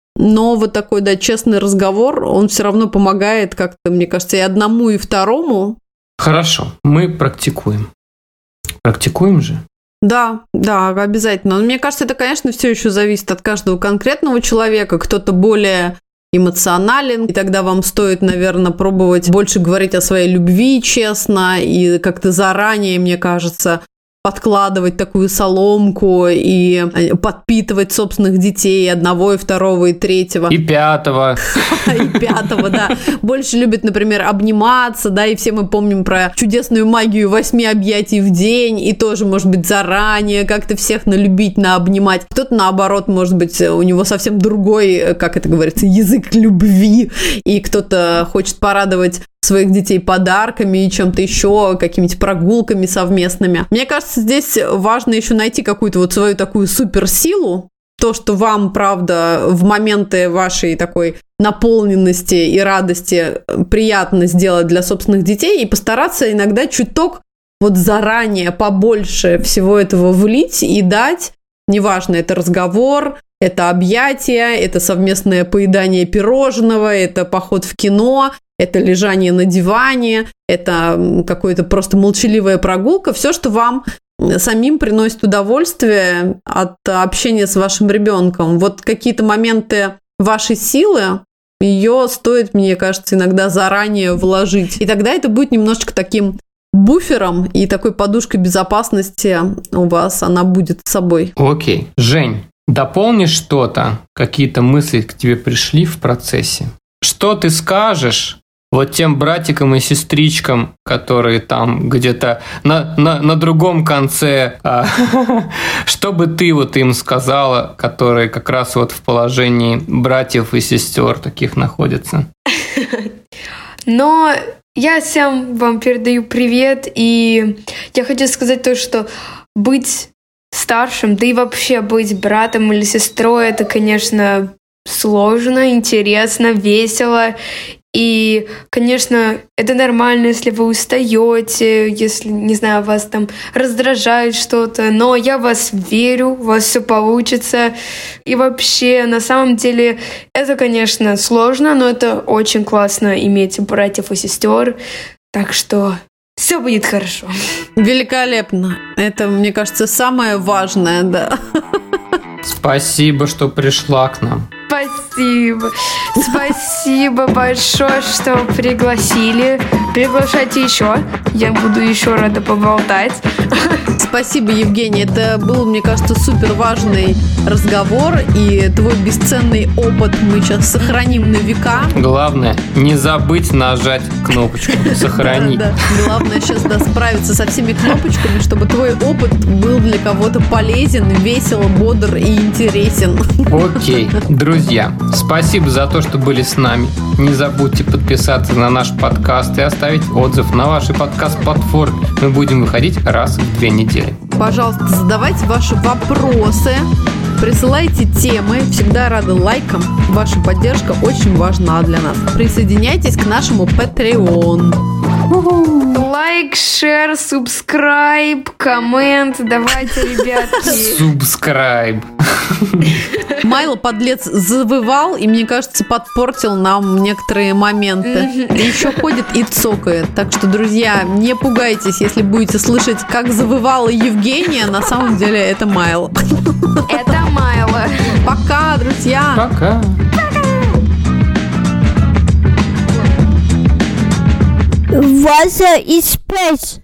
Но вот такой, да, честный разговор, он все равно помогает как-то, мне кажется, и одному, и второму. Хорошо, мы практикуем. Практикуем же? Да, обязательно. Но мне кажется, это, конечно, все еще зависит от каждого конкретного человека. Кто-то более эмоционален, и тогда вам стоит, наверное, пробовать больше говорить о своей любви честно и как-то заранее, мне кажется, подкладывать такую соломку и подпитывать собственных детей, одного, и второго, и третьего. И пятого. И пятого, да. Больше любят, например, обниматься, да, и все мы помним про чудесную магию 8 объятий в день, и тоже, может быть, заранее как-то всех налюбить, наобнимать. Кто-то, наоборот, может быть, у него совсем другой, как это говорится, язык любви, и кто-то хочет порадовать своих детей подарками и чем-то еще, какими-то прогулками совместными. Мне кажется, здесь важно еще найти какую-то вот свою такую суперсилу, то, что вам, правда, в моменты вашей такой наполненности и радости приятно сделать для собственных детей, и постараться иногда чуток вот заранее побольше всего этого влить и дать. Неважно, это разговор, это объятия, это совместное поедание пирожного, это поход в кино, это лежание на диване, это какая-то просто молчаливая прогулка, все, что вам самим приносит удовольствие от общения с вашим ребенком. Вот какие-то моменты вашей силы, ее стоит, мне кажется, иногда заранее вложить. И тогда это будет немножечко таким буфером и такой подушкой безопасности у вас, она будет с собой. Окей. Жень, дополнишь что-то? Какие-то мысли к тебе пришли в процессе? Что ты скажешь вот тем братикам и сестричкам, которые там где-то на другом конце, что бы ты вот им сказала, которые как раз вот в положении братьев и сестер таких находятся? Но я всем вам передаю привет, и я хочу сказать то, что быть старшим, да и вообще быть братом или сестрой, это, конечно, сложно, интересно, весело. И, конечно, это нормально, если вы устаете, если, не знаю, вас там раздражает что-то, но я в вас верю, у вас все получится. И вообще, на самом деле, это, конечно, сложно, но это очень классно иметь братьев и сестер. Так что все будет хорошо. Великолепно. Это, мне кажется, самое важное, да. Спасибо, что пришла к нам. Спасибо. Спасибо большое, что пригласили. Приглашайте еще. Я буду еще рада поболтать. Спасибо, Евгений. Это был, мне кажется, супер важный разговор. И твой бесценный опыт мы сейчас сохраним на века. Главное, не забыть нажать кнопочку «Сохранить». Да. Главное сейчас справиться со всеми кнопочками, чтобы твой опыт был для кого-то полезен, весел, бодр и интересен. Окей. Друзья, спасибо за то, что были с нами. Не забудьте подписаться на наш подкаст и оставить отзыв на вашей подкаст-платформе. Мы будем выходить раз в 2 недели. Пожалуйста, задавайте ваши вопросы, присылайте темы. Всегда рады лайкам. Ваша поддержка очень важна для нас. Присоединяйтесь к нашему Patreon. Лайк, шер, субскрайб, коммент. Давайте, ребятки. Субскрайб. Майло, подлец, завывал и, мне кажется, подпортил нам некоторые моменты. И еще ходит и цокает. Так что, друзья, не пугайтесь, если будете слышать, как завывала Евгения. На самом деле это Майло. Это Майло. Пока, друзья. Пока. Water is space.